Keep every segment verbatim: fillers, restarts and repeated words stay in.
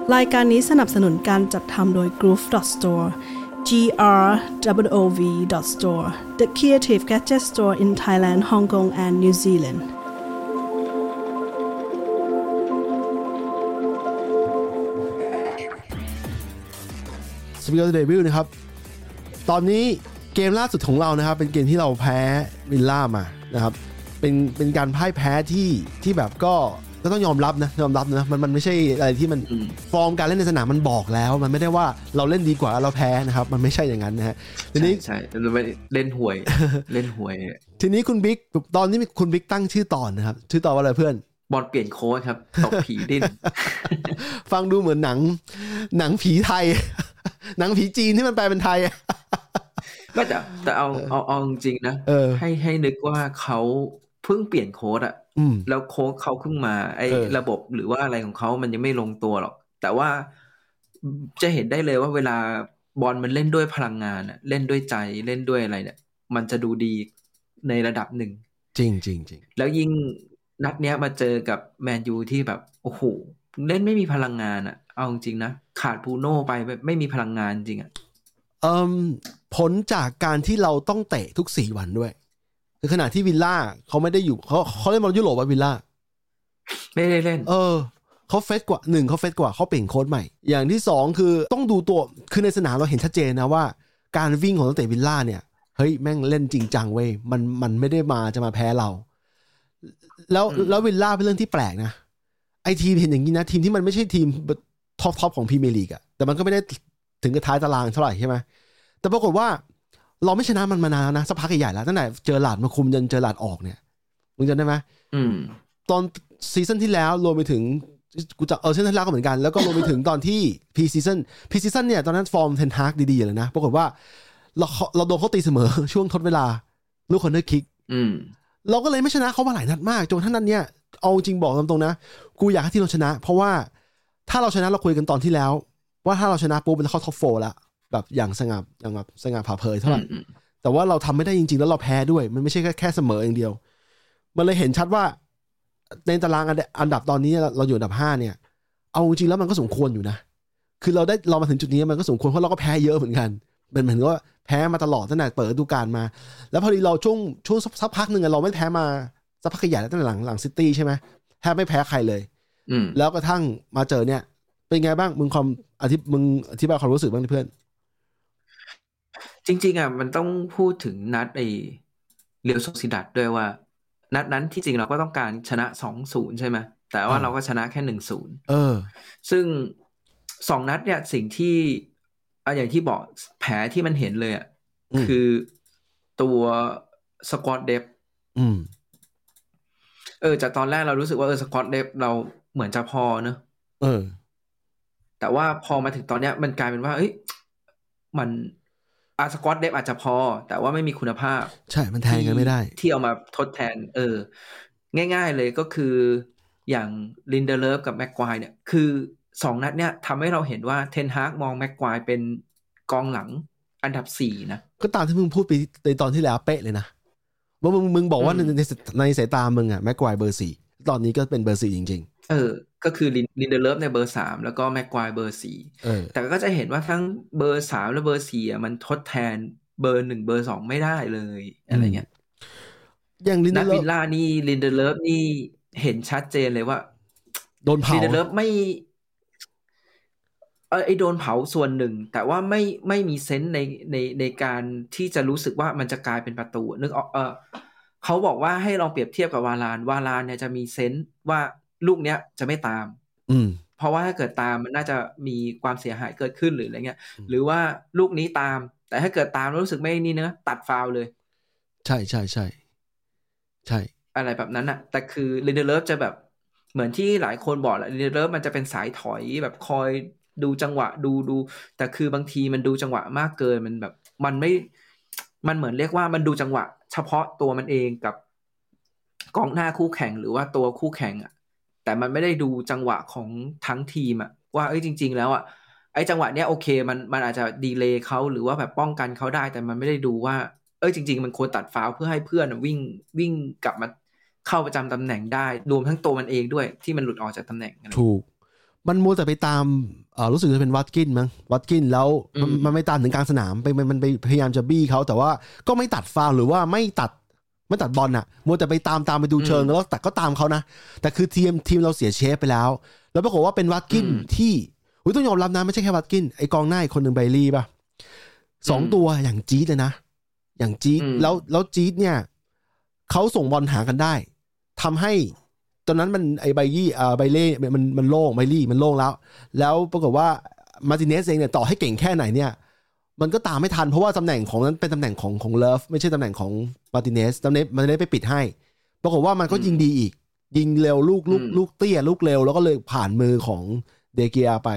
รายการนี้สนับสนุนการจัดทำโดย Groove Storeจี อาร์ โอ โอ วี Store The Creative Gadget Store in Thailand, Hong Kong and New Zealand Speaker Debut นะครับตอนนี้เกมล่าสุดของเรานะครับเป็นเกมที่เราแพ้วิลล่ามานะครับเป็นเป็นการพ่ายแพ้ที่ที่แบบก็ก็ต้องยอมรับนะยอมรับนะมันมันไม่ใช่อะไรที่มันฟอร์มการเล่นในสนามมันบอกแล้วมันไม่ได้ว่าเราเล่นดีกว่าเราแพ้นะครับมันไม่ใช่อย่างนั้นนะฮะทีนี้ใช่เราไม่เล่นห่วย เล่นห่วยทีนี้คุณบิ๊กตอนนี้คุณบิ๊กตั้งชื่อตอนนะครับชื่อตอนว่าอะไรเพื่อนบอลเปลี่ยนโค้ชครับตบผีดิ้นฟังดูเหมือนหนังหนังผีไทยหนังผีจีนที่มันแปลเป็นไทยก็แต่แต่เอาเอาเอาจริงๆนะให้ให้นึกว่าเขาเพิ่งเปลี่ยนโค้ชอะแล้วโค้ชเขาเพิ่งมาไอ้ระบบหรือว่าอะไรของเขามันยังไม่ลงตัวหรอกแต่ว่าจะเห็นได้เลยว่าเวลาบอลมันเล่นด้วยพลังงานอะเล่นด้วยใจเล่นด้วยอะไรเนี่ยมันจะดูดีในระดับหนึ่งจริงจริงจริงแล้วยิ่งนัดเนี้ยมาเจอกับแมนยูที่แบบโอ้โหเล่นไม่มีพลังงานอะเอาจริงนะขาดบูโน่ไปไม่มีพลังงานจริงอะเอ่อผลจากการที่เราต้องเตะทุกสี่วันด้วยคือขณะที่วิลล่าเขาไม่ได้อยู่เขาเขาเล่นบอลยุโรปว่าวิลล่าไม่ได้เล่นเออเขาเฟสกว่าหนึ่งเขาเฟสกว่าเขาเปลี่ยนโค้ชใหม่อย่างที่สองคือต้องดูตัวคือในสนามเราเห็นชัดเจนนะว่าการวิ่งของนักเตะวิลล่าเนี่ยเฮ้ยแม่งเล่นจริงจังเว้ยมันมันไม่ได้มาจะมาแพ้เราแล้วแล้ววิลล่าเป็นเรื่องที่แปลกนะไอทีมเห็นอย่างนี้นะทีมที่มันไม่ใช่ทีมท็อปท็อปของพรีเมียร์ลีกอะแต่มันก็ไม่ได้ถึงกับท้ายตารางเท่าไหร่ใช่ไหมแต่ปรากฏว่าเราไม่ชนะมันมานานแล้วนะสักพักใหญ่ๆแล้วตั้งแต่เจอหลาดมาคุมจนเจอหลาดออกเนี่ยมึงจำได้ไหมอืมตอนซีซั่นที่แล้วรวมไปถึงกูจะเออซีซั่นที่แล้วก็เหมือนกันแล้วก็รวมไปถึงตอนที่พรีซีซั่นพรีซีซั่นเนี่ยตอนนั้นฟอร์มเทนฮากดีๆเลยนะปรากฏว่าเราเราโดนเขาตีเสมอช่วงทดเวลาลูกคอร์เนอร์คิกอืมเราก็เลยไม่ชนะเขามาหลายนัดมากจนท่านนั้นเนี่ยเอาจริงบอกตรงๆนะกูอยากให้ที่เราชนะเพราะว่าถ้าเราชนะเราคุยกันตอนที่แล้วว่าถ้าเราชนะปุ๊บมันจะเข้าท็อปโฟร์แล้วแบบอย่างสง่าอย่างแบบสง่าผ่าเผยเท่าไหร่แต่ว่าเราทำไม่ได้จริงๆแล้วเราแพ้ด้วยมันไม่ใช่แค่แค่เสมออย่างเดียวมันเลยเห็นชัดว่าในตารางอันดับตอนนี้เราอยู่อันดับห้าเนี่ยเอาจริงๆแล้วมันก็สมควรอยู่นะคือเราได้เรามาถึงจุดนี้มันก็สมควรเพราะเราก็แพ้เยอะเหมือนกันเป็นเหมือนว่าแพ้มาตลอดตั้งแต่เปิดฤดูกาลมาแล้วพอดีเราช่วงช่วงสักพักนึงเราไม่แพ้มาสักพักใหญ่แล้วตั้งแต่หลังหลังซิตี้ใช่ไหมแทบไม่แพ้ใครเลยแล้วกระทั่งมาเจอเนี่ยเป็นไงบ้างมึงความอธิมึงอธิบายความรู้สึกบ้างเพื่อนจริงๆอ่ะมันต้องพูดถึงนัดไอเรียวโซซิดัดด้วยว่านัดนั้นที่จริงเราก็ต้องการชนะ สองศูนย์ ใช่ไหมแต่ว่าเราก็ชนะแค่ หนึ่งศูนย์เออซึ่งสองนัดเนี่ยสิ่งที่อ่ะอย่างที่บอกแผลที่มันเห็นเลยอ่ะคือตัวสควอตเดฟอืมเออจากตอนแรกเรารู้สึกว่าเออสควอตเดฟเราเหมือนจะพอเนอะเออแต่ว่าพอมาถึงตอนเนี้ยมันกลายเป็นว่าเอ้ยมันอาสควอตเดฟอาจจะพอแต่ว่าไม่มีคุณภาพใช่มันแทนกันไม่ได้ที่เอามาทดแทนเออง่ายๆเลยก็คืออย่างลินเดเลฟกับแม็กควายเนี่ยคือสองนัดเนี่ยทำให้เราเห็นว่าเทนฮากมองแม็กควายเป็นกองหลังอันดับสี่นะก็ตามที่มึงพูดไปในตอนที่แล้วเป๊ะเลยนะว่ามึงมึงบอกว่าในในในสายตามึงอะแม็กควายเบอร์สี่ตอนนี้ก็เป็นเบอร์สี่จริงๆเออก็คือลินเดเลฟในเบอร์สามแล้วก็แม็กควายเบอร์สี่แต่ก็จะเห็นว่าทั้งเบอร์สามและเบอร์สี่อ่ะมันทดแทนเบอร์หนึ่งเบอร์สองไม่ได้เลยอะไรเงี้ยอย่างลินเดเลฟนักวิลล่านี่ลินเดเลฟนี่เห็นชัดเจนเลยว่าโดนเผาลินเดเลฟไม่เออไอโดนเผาส่วนหนึ่งแต่ว่าไม่ไม่มีเซนส์ในในในการที่จะรู้สึกว่ามันจะกลายเป็นประตูนึกออกเออเขาบอกว่าให้ลองเปรียบเทียบกับวาลานวาลานเนี่ยจะมีเซนส์ว่าลูกเนี้ยจะไม่ตามอืมเพราะว่าถ้าเกิดตามมันน่าจะมีความเสียหายเกิดขึ้นหรืออะไรเงี้ยหรือว่าลูกนี้ตามแต่ถ้าเกิดตามแล้วรู้สึกไม่นี่เนอะตัดฟาวเลยใช่ใช่ใช่ใช่อะไรแบบนั้นอะแต่คือลินเดเลฟจะแบบเหมือนที่หลายคนบอกแหละลินเดเลฟมันจะเป็นสายถอยแบบคอยดูจังหวะดูดูแต่คือบางทีมันดูจังหวะมากเกินมันแบบมันไม่มันเหมือนเรียกว่ามันดูจังหวะเฉพาะตัวมันเองกับกองหน้าคู่แข่งหรือว่าตัวคู่แข่งอะแต่มันไม่ได้ดูจังหวะของทั้งทีมอะว่าเอ้ยจริงๆแล้วอะไอ้จังหวะเนี้ยโอเคมันมันอาจจะดีเลย์เขาหรือว่าแบบป้องกันเขาได้แต่มันไม่ได้ดูว่าเอ้ยจริงๆมันควรตัดฟาวล์เพื่อให้เพื่อนวิ่งวิ่งกลับมาเข้าประจำตำแหน่งได้รวมทั้งตัวมันเองด้วยที่มันหลุดออกจากตำแหน่งถูกมันมัวแต่ไปตามเอ่อรู้สึกจะเป็นวัตกินมั้งวัตกินแล้วมันมันไม่ตามถึงกลางสนามไปมันมันไปพยายามจะบี้เขาแต่ว่าก็ไม่ตัดฟาวล์หรือว่าไม่ตัดไม่ตัดบอลน่ะมัวแต่ไปตามตามไปดูเชิงแล้วแต่ก็ตามเขานะแต่คือทีมทีมเราเสียเชฟไปแล้วแล้วปรากฏว่าเป็นวัตกินที่อุ๊ยต้องยอมรับนะไม่ใช่แค่วัตกินไอกองหน้าอีกคนหนึ่งไบลี่ป่ะสองตัวอย่างจี๊ดเลยนะอย่างจี๊ดแล้วแล้วจี๊ดเนี่ยเขาส่งบอลหากันได้ทำให้ตอนนั้นมันไอไบยี่อ่าไบเล่มันมันโล่งไบลี่มันโล่งแล้วแล้วปรากฏว่ามาร์ติเนสเองเนี่ยต่อให้เก่งแค่ไหนเนี่ยมันก็ตามไม่ทันเพราะว่าตำแหน่งของนั้นเป็นตำแหน่งของของเลิฟไม่ใช่ตำแหน่งของมาร์ติเนสตำแหน่งมันเลยไปปิดให้ปรากฏว่ามันก็ยิงดีอีกยิงเร็วลูกลูกลูกเตี้ยลูกเร็วแล้วก็เลยผ่านมือของเดเกียไป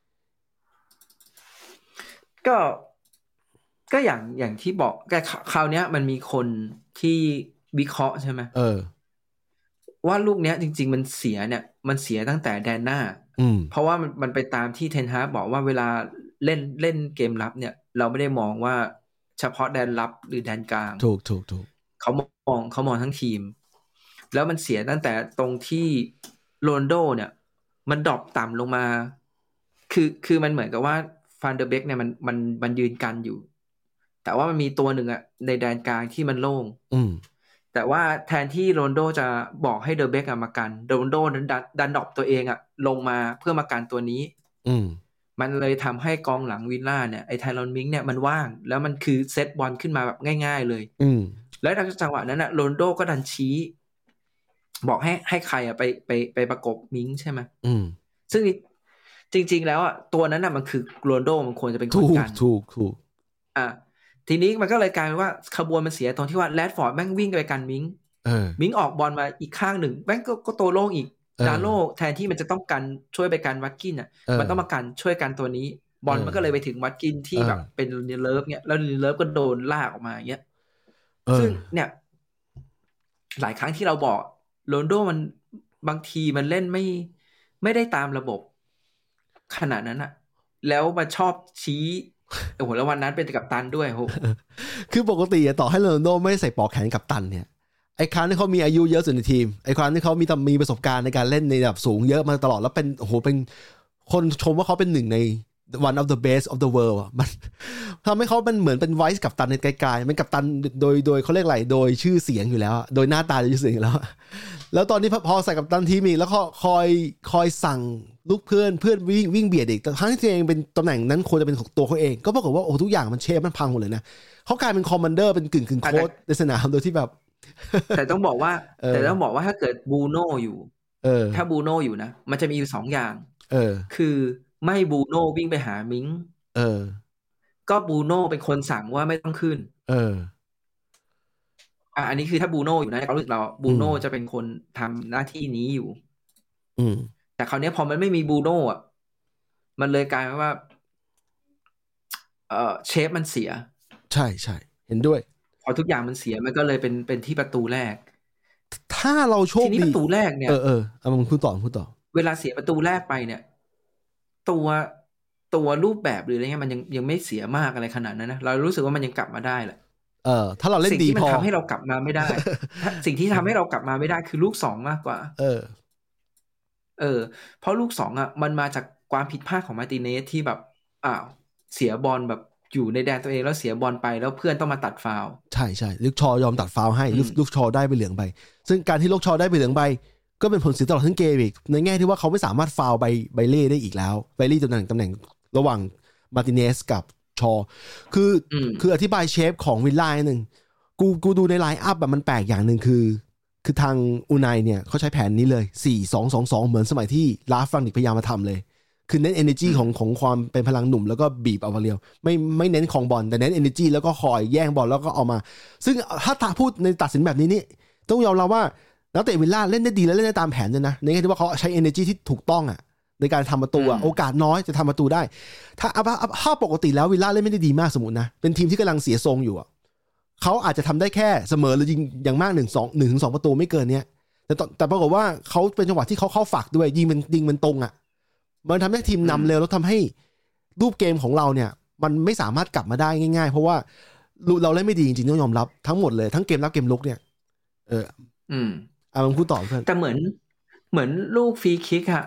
ก็ก็อย่างอย่างที่บอกแต่คราวนี้มันมีคนที่วิเคราะห์ใช่ไหมเออว่าลูกเนี้ยจริงๆมันเสียเนี่ยมันเสียตั้งแต่แดนหน้าเพราะว่ามันมันไปตามที่เทนฮากบอกว่าเวลาเล่นเล่นเกมรับเนี่ยเราไม่ได้มองว่าเฉพาะแดนรับหรือแดนกลางถูกถูกถูกเขามองเขามองทั้งทีมแล้วมันเสียตั้งแต่ตรงที่โรนโดเนี่ยมันดรอปต่ำลงมาคือคือมันเหมือนกับว่าฟานเดอร์เบคเนี่ยมันมันมันยืนกันอยู่แต่ว่ามันมีตัวหนึ่งอะในแดนกลางที่มันโล่งแต่ว่าแทนที่โรนโดจะบอกให้เดอร์เบคมากันโรนโดนั้นดันดรอปตัวเองอะลงมาเพื่อมากันตัวนี้มันเลยทำให้กองหลังวิลล่าเนี่ยไอ้ไทรอนมิงเนี่ยมันว่างแล้วมันคือเซตบอลขึ้นมาแบบง่ายๆเลยแล้วในจังหวะนั้นอะโรนโดก็ดันชี้บอกให้ให้ใครอะไปไปไปประกบมิงใช่ไหมซึ่งจริงๆแล้วอะตัวนั้นอะมันคือโรนโดมันควรจะเป็นคนกันถูกถูกอ่ะทีนี้มันก็เลยกลายเป็นว่าขบวนมันเสียตรงที่ว่าแรดฟอร์ดแม่งวิ่งไปกันมิงมิงออกบอลมาอีกข้างหนึ่งแม่งก็ก็โตโล่งอีกดาโลแทนที่มันจะต้องกันช่วยไปกันวัตกินอ่ะมันต้องมากันช่วยกันตัวนี้บอลมันก็เลยไปถึงวัตกินที่แบบเป็นลีเลิฟเนี่ยแล้วลีเลิฟก็โดนลากออกมาอย่างเงี้ยซึ่งเนี่ยหลายครั้งที่เราบอกโรนโดมันบางทีมันเล่นไม่ไม่ได้ตามระบบขนาดนั้นอ่ะแล้วมันชอบชี้โอ้โหแล้ววันนั้นเป็นกัปตันด้วยโหคือปกติต่อให้โรนัลโดไม่ใส่ปลอกแขนกัปตันเนี่ยไอ้ครั้งที่เขามีอายุเยอะสุดในทีมไอ้ครั้งที่เขามีมีประสบการณ์ในการเล่นในระดับสูงเยอะมาตลอดแล้วเป็นโอ้โหเป็นคนชมว่าเขาเป็นหนึ่งใน one of the best of the world อ่ะมันทำให้เขาเป็นเหมือนเป็นไวส์กัปตันในไกลๆเป็นกัปตันโดยโดยเขาเรียกอะไรโดยชื่อเสียงอยู่แล้วโดยหน้าตาชื่อเสียงอยู่แล้วแล้วตอนนี้พอใส่กัปตันทีมอีกแล้วก็คอยคอยสั่งลูกเพื่อนเพื่อนวิ่งวิ่งเบียดอีกแต่ทั้งที่ตัวเองเป็นตำแหน่งนั้นควรจะเป็นของตัวเขาเองก็ปรากฏว่าโอ้ทุกอย่างมันเชฟมันพังหมดเลยนะเขากลายเป็นคอมมานเดอร์เป็นกึ่งกึ่งโค้ชในสนามโดยที่แบบแต่ต้องบอกว่าแต่ต้องบอกว่าถ้าเกิดบูโน่อยู่ถ้าบูโน่อยู่นะมันจะมีอยู่สองอย่างคือไม่บูโน่วิ่งไปหามิงก็บูโน่เป็นคนสั่งว่าไม่ต้องขึ้นเอออ่ะอันนี้คือถ้าบูโน่อยู่นะในความรู้สึกเราบูโน่จะเป็นคนทำหน้าที่นี้อยู่อืมแต่คราวนี้พอมันไม่มีบูโน่อ่ะมันเลยกลายเป็นว่าเออเชฟมันเสียใช่ใช่เห็นด้วยพอทุกอย่างมันเสียมันก็เลยเป็นเป็นที่ประตูแรกถ้าเราโชคดีทีนี้ประตูแรกเนี่ยเออเออเอามึงพูดต่อพูดต่อเวลาเสียประตูแรกไปเนี่ยตัวตัวรูปแบบหรืออะไรเงี้ยมันยังยังไม่เสียมากอะไรขนาดนั้นนะเรารู้สึกว่ามันยังกลับมาได้แหละเออถ้าเราเล่นดีพอสิ่งที่มันทำให้เรากลับมาไม่ได้ สิ่งที่ทำให้เรากลับมาไม่ได้คือลูกสองมากกว่าเออเออเพราะลูกสองอ่ะมันมาจากความผิดพลาดของมาร์ติเนสที่แบบอ้าวเสียบอลแบบอยู่ในแดนตัวเองแล้วเสียบอลไปแล้วเพื่อนต้องมาตัดฟาวล์ใช่ใช่ลูกชอยอมตัดฟาวล์ให้ลูกชอได้ไปเหลืองไปซึ่งการที่ลูกชอได้ไปเหลืองไปก็เป็นผลเสียตลอดทั้งเกมอีกในแง่ที่ว่าเขาไม่สามารถฟาวล์ใบใบเล่ได้อีกแล้วใบเล่ตำแหน่งตำแหน่งระหว่างมาร์ติเนสกับชอคือคืออธิบายเชฟของวิลล่าหนึ่งกูกูดูในไลน์อัพแบบมันแปลกอย่างหนึ่งคือคือทางอูไนเนี่ยเขาใช้แผนนี้เลย สี่ สอง สอง สอง เหมือนสมัยที่ลาฟรังนิกพยายามมาทำเลยคือเน้น energy ของของความเป็นพลังหนุ่มแล้วก็บีบเอาเรียวไม่ไม่เน้นของบอลแต่เน้น energy แล้วก็คอยแย่งบอลแล้วก็เอามาซึ่งถ้าพูดในตัดสินแบบนี้นี่ต้องยอมรับว่านักเตะวิลล่าเล่นได้ดีและเล่นได้ตามแผนเลยนะในแง่ที่ว่าเขาใช้ energy ที่ถูกต้องอ่ะในการทำประตูโอกาสน้อยจะทำประตูได้ถ้าถ้าปกติแล้ววิลล่าเล่นไม่ได้ดีมากสมมุตินะเป็นทีมที่กำลังเสียทรงอยู่อ่ะเขาอาจจะทำได้แค่เสมอหรือยิงอย่างมากหนึ่ง สอง หนึ่งถึงสองประตูไม่เกินเนี้ยแต่แต่ปรากฏว่าเขาเป็นจังหวะที่เขาเข้าฝักด้วยยิงมันยิงมันตรงอ่ะมันทำให้ทีมนำเร็วแล้วทำให้รูปเกมของเราเนี่ยมันไม่สามารถกลับมาได้ง่ายๆเพราะว่าเราเล่นไม่ดีจริงๆต้องยอมรับทั้งหมดเลยทั้งเกมรับเกมลุกเนี่ยเอออืมอ่ะมึงพูดต่อเพื่อนแต่เหมือนเหมือนลูกฟรีคิกอะ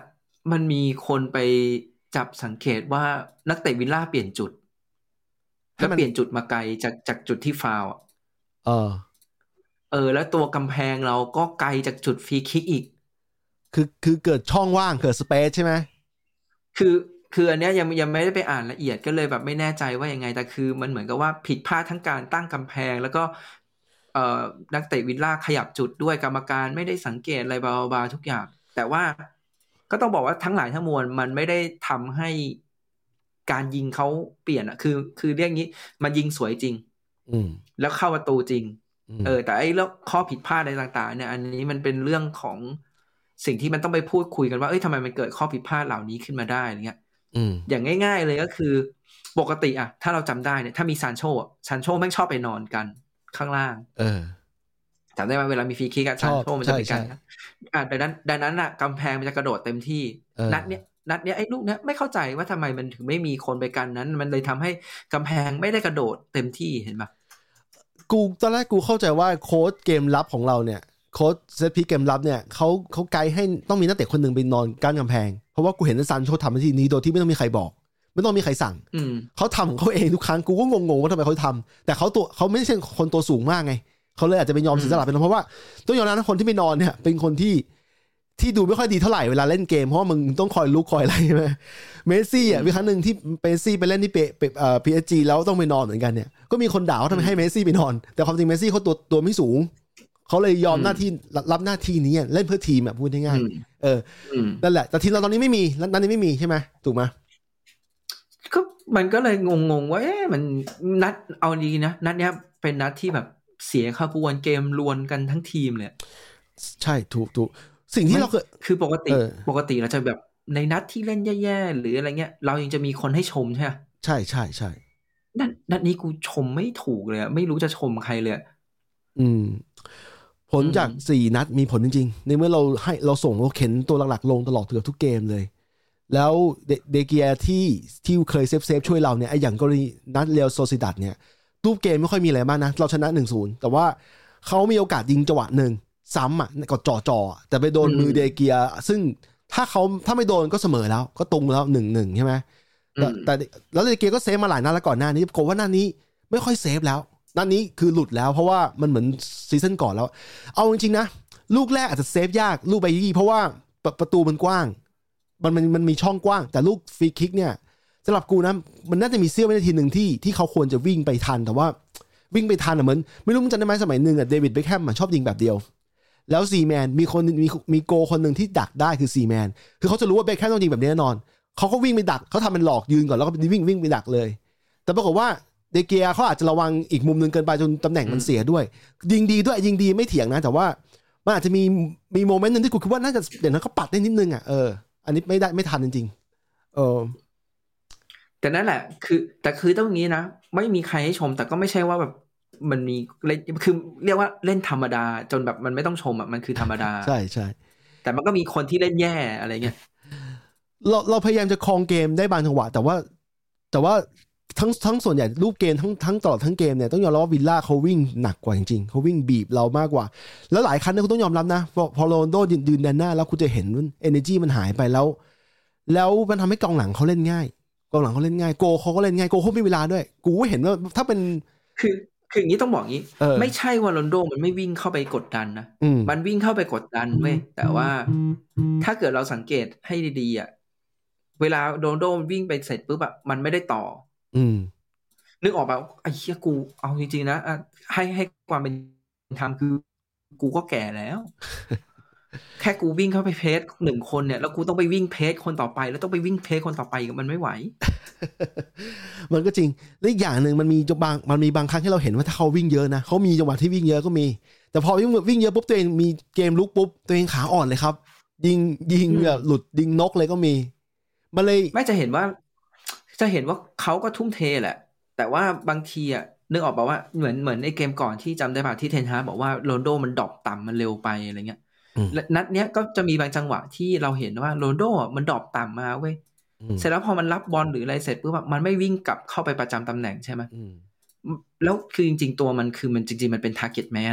มันมีคนไปจับสังเกตว่านักเตะวิลล่าเปลี่ยนจุดแล้วเปลี่ยนจุดมาไกลจากจากจุดที่ฟาวล์เออเออแล้วตัวกำแพงเราก็ไกลจากจุดฟรีคิกอีกคือคือเกิดช่องว่างเกิดสเปซใช่ไหมคือคืออันเนี้ยยังยังไม่ได้ไปอ่านละเอียดก็เลยแบบไม่แน่ใจว่ายังไงแต่คือมันเหมือนกับว่าผิดพลาดทั้งการตั้งกำแพงแล้วก็เอ่อนักเตะวิลล่าขยับจุดด้วยกรรมการไม่ได้สังเกตอะไรบลาๆทุกอย่างแต่ว่าก็ต้องบอกว่าทั้งหลายทั้งมวลมันไม่ได้ทำให้การยิงเขาเปลี่ยนอ่ะคือคือเรื่องนี้มันยิงสวยจริงอืมแล้วเข้าประตูจริงเออแต่ไอ้เรื่องข้อผิดพลาดอะไรต่างๆเนี่ยอันนี้มันเป็นเรื่องของสิ่งที่มันต้องไปพูดคุยกันว่าเอ้ยทำไมมันเกิดข้อผิดพลาดเหล่านี้ขึ้นมาได้อะไรเงี้ยอย่างง่ายๆเลยก็คือปกติอะถ้าเราจำได้เนี่ยถ้ามีซานโชอะซานโชแม่งชอบไปนอนกันข้างล่างเออจำได้ไหมเวลามีฟรีคิกอะซานโชมันจะไปกันอ่ะดังนั้นดังนั้นอะกำแพงมันจะกระโดดเต็มที่นัดเนี้ยนัดเนี้ยไอ้ลูกเนี้ยไม่เข้าใจว่าทำไมมันถึงไม่มีคนไปกันนั้นมันเลยทำให้กำแพงไม่ได้กระโดดเต็มที่เห็นปะกูตอนแรกกูเข้าใจว่าโค้ชเกมลับของเราเนี่ยโค้ชเซตพีเกมลับเนี่ยเขาเขาไกด์ให้ต้องมีนักเตะคนหนึ่งไปนอนกั้นกำแพงเพราะว่ากูเห็นซานโชทำวิธีนี้โดยที่ไม่ต้องมีใครบอกไม่ต้องมีใครสั่งเขาทำของเขาเองทุกครั้งกูก็งงๆว่าทำไมเขาทำแต่เขาตัวเขาไม่ใช่คนตัวสูงมากไงเขาเลยอาจจะไปยอมเสียสละเป็นเพราะว่าต้องยอมรับนะคนที่ไปนอนเนี่ยเป็นคนที่ที่ดูไม่ค่อยดีเท่าไหร่เวลาเล่นเกมเพราะว่ามึงต้องคอยลุกคอยอะไรใช่ไหมเมสซี่อ่ะมีครั้งหนึ่งที่เมสซี่ไปเล่นที่เปเปเอ่อ พี เอส จี แล้วต้องไปนอนเหมือนกันเนี่ยก็มีคนด่าว่าทำไมให้เมสซี่ไปนอนแต่ความจริงเมสซี่เขาตัวตัวไม่สูงเขาเลยยอมหน้าที่รับหน้าที่นี้เล่นเพื่อทีมอ่ะพูดง่ายๆเออนั่นแหละแต่ทีมเราตอนนี้ไม่มีนัดนี้ไม่มีใช่ไหมถูกไหมก็มันก็เลยงงๆว่าเอ๊ะมันนัดเอาดีนะนัดเนี้ยเป็นนัดที่แบบเสียขบวนเกมลวนกันทั้งทีมเลยใช่ถูกถูกสิ่งที่เราคือปกติปกติเราจะแบบในนัดที่เล่นแย่ๆหรืออะไรเงี้ยเรายังจะมีคนให้ชมใช่ไหมใช่ใช่ใช่นัดนัดนี้กูชมไม่ถูกเลยไม่รู้จะชมใครเลยอืมผลจากสี่นัดมีผลจริงๆในเมื่อเราให้เราส่งเราเข็นตัวหลักๆลงตลอดเกือบทุกเกมเลยแล้วเดเกียที่ที่เคยเซฟเซฟช่วยเราเนี่ยไอ้อย่างกรณีนัดเรอัลโซซิดัดเนี่ยรูปเกมไม่ค่อยมีอะไรมากนะเราชนะ หนึ่งศูนย์ แต่ว่าเขามีโอกาสยิงจังหวะนึงซ้ำอ่ะก็จ่อๆแต่ไปโดนมือเดเกียซึ่งถ้าเขาถ้าไม่โดนก็เสมอแล้วก็ตรงแล้ว หนึ่งหนึ่ง ใช่ไหมแต่แต่แล้วเดเกียก็เซฟมาหลายนัดแล้วก่อนหน้านี้ปรากฏว่านัดนี้ไม่ค่อยเซฟแล้วนัดนี้คือหลุดแล้วเพราะว่ามันเหมือนซีซั่นก่อนแล้วเอาจริงๆนะลูกแรกอาจจะเซฟยากลูกใบยี่เพราะว่าประตูมันกว้างมันมันมันมีช่องกว้างแต่ลูกฟรีคิกเนี่ยสำหรับกูนะมันน่าจะมีเสี้ยววินาทีหนึ่งที่ที่เขาควรจะวิ่งไปทันแต่ว่าวิ่งไปทันอ่ะเหมือนไม่รู้มึงจำได้ไหมสมัยหนึ่งอ่ะเดวิดเบคแฮมชอบยิงแบบเดียวแล้วซีแมนมีคนมีมีโกคนหนึ่งที่ดักได้คือซีแมนคือเขาจะรู้ว่าเบคแฮมต้องยิงแบบนี้แน่นอนเขาก็วิ่งไปดักเขาทำเป็นหลอกยืนก่อนแล้วก็วิ่งวิ่งไปดักเลยแต่ปรากฏว่าเดเกียเขาอาจจะระวังอีกมุมนึงเกินไปจนตำแหน่งมันเสียด้วยยิงดีด้วยยิงดีไม่เถียงนะแต่ว่ามันอาจจะมีมีโมเมนต์นึงที่กูคิดว่าน่าจะเดี๋ยวนั้นเขาปัดได้นิดนึงอ่ะเอออันนี้ไม่ได้ไม่ทันจริงๆเออแต่นั่นแหละคือแต่คือต้องอย่างนี้นะไม่มีใครให้ชมแต่ก็ไม่ใช่ว่าแบบมันมีเล่นคือเรียกว่าเล่นธรรมดาจนแบบมันไม่ต้องชมอ่ะมันคือธรรมดาใช่ใช่แต่มันก็มีคนที่เล่นแย่อะไรเงี้ยเราเราพยายามจะครองเกมได้บางจังหวะแต่ว่าแต่ว่าทั้งทั้งส่วนใหญ่รูปเกมทั้งทั้งตลอดทั้งเกมเนี่ยต้องยอมรับว่าวิลล่าเขาวิ่งหนักกว่าจริงๆเขาวิ่งบีบเรามากกว่าแล้วหลายครั้งเนี่ยคุณต้องยอมรับนะพอพอโรนโดยืนแดนหน้าแล้วคุณจะเห็นว่า energy มันหายไปแล้วแล้วมันทำให้กองหลังเขาเล่นง่ายกองหลังเขาเล่นง่ายโกเขาก็เล่นง่ายโกเขาไม่เวลาด้วยกูก็เห็นว่าถ้าเป็นคือคืออย่างนี้ต้องบอกงี้ไม่ใช่ว่าโรนโดมันไม่วิ่งเข้าไปกดดันนะมันวิ่งเข้าไปกดดันเว้ยแต่ว่าถ้าเกิดเราสังเกตให้ดีๆอ่ะเวลาโรนโดวิ่งไปเสร็จปุ๊บแบบมันไม่ได้ต่ออืมนึกออกป่ะไอ้เหี้ยกูเอาจริงๆนะให้ให้ความเป็นธรรมคือกูก็แก่แล้ว แค่กูวิ่งเข้าไปเพจหนึ่งคนเนี่ยแล้วกูต้องไปวิ่งเพจคนต่อไปแล้วต้องไปวิ่งเพจคนต่อไปมันไม่ไหวมันก็จริงและอีกอย่างหนึ่งมันมีบางมันมีบางครั้งที่เราเห็นว่าถ้าเขาวิ่งเยอะนะเขามีจังหวะที่วิ่งเยอะก็มีแต่พอวิ่งวิ่งเยอะปุ๊บตัวเองมีเกมลุกปุ๊บตัวเองขาอ่อนเลยครับยิงยิงแบบหลุดยิงนกเลยก็มีมันเลยไม่จะเห็นว่าจะเห็นว่าเขาก็ทุ่มเทแหละแต่ว่าบางทีอ่ะนึกออกป่ะว่าเหมือนเหมือนในเกมก่อนที่จำได้ป่ะที่เทนฮากบอกว่าโรนโดมันดรอปต่ำมันเร็วไปอะไรเงี้ยนัดเนี้ยก็จะมีบางจังหวะที่เราเห็นว่าโรนโดมันดรอปต่ำมาเว้ยเสร็จแล้วพอมันรับบอลหรืออะไรเสร็จปุ๊บมันไม่วิ่งกลับเข้าไปประจำตำแหน่งใช่ไหมแล้วคือจริงๆตัวมันคือมันจริงๆมันเป็น target man อ่ะ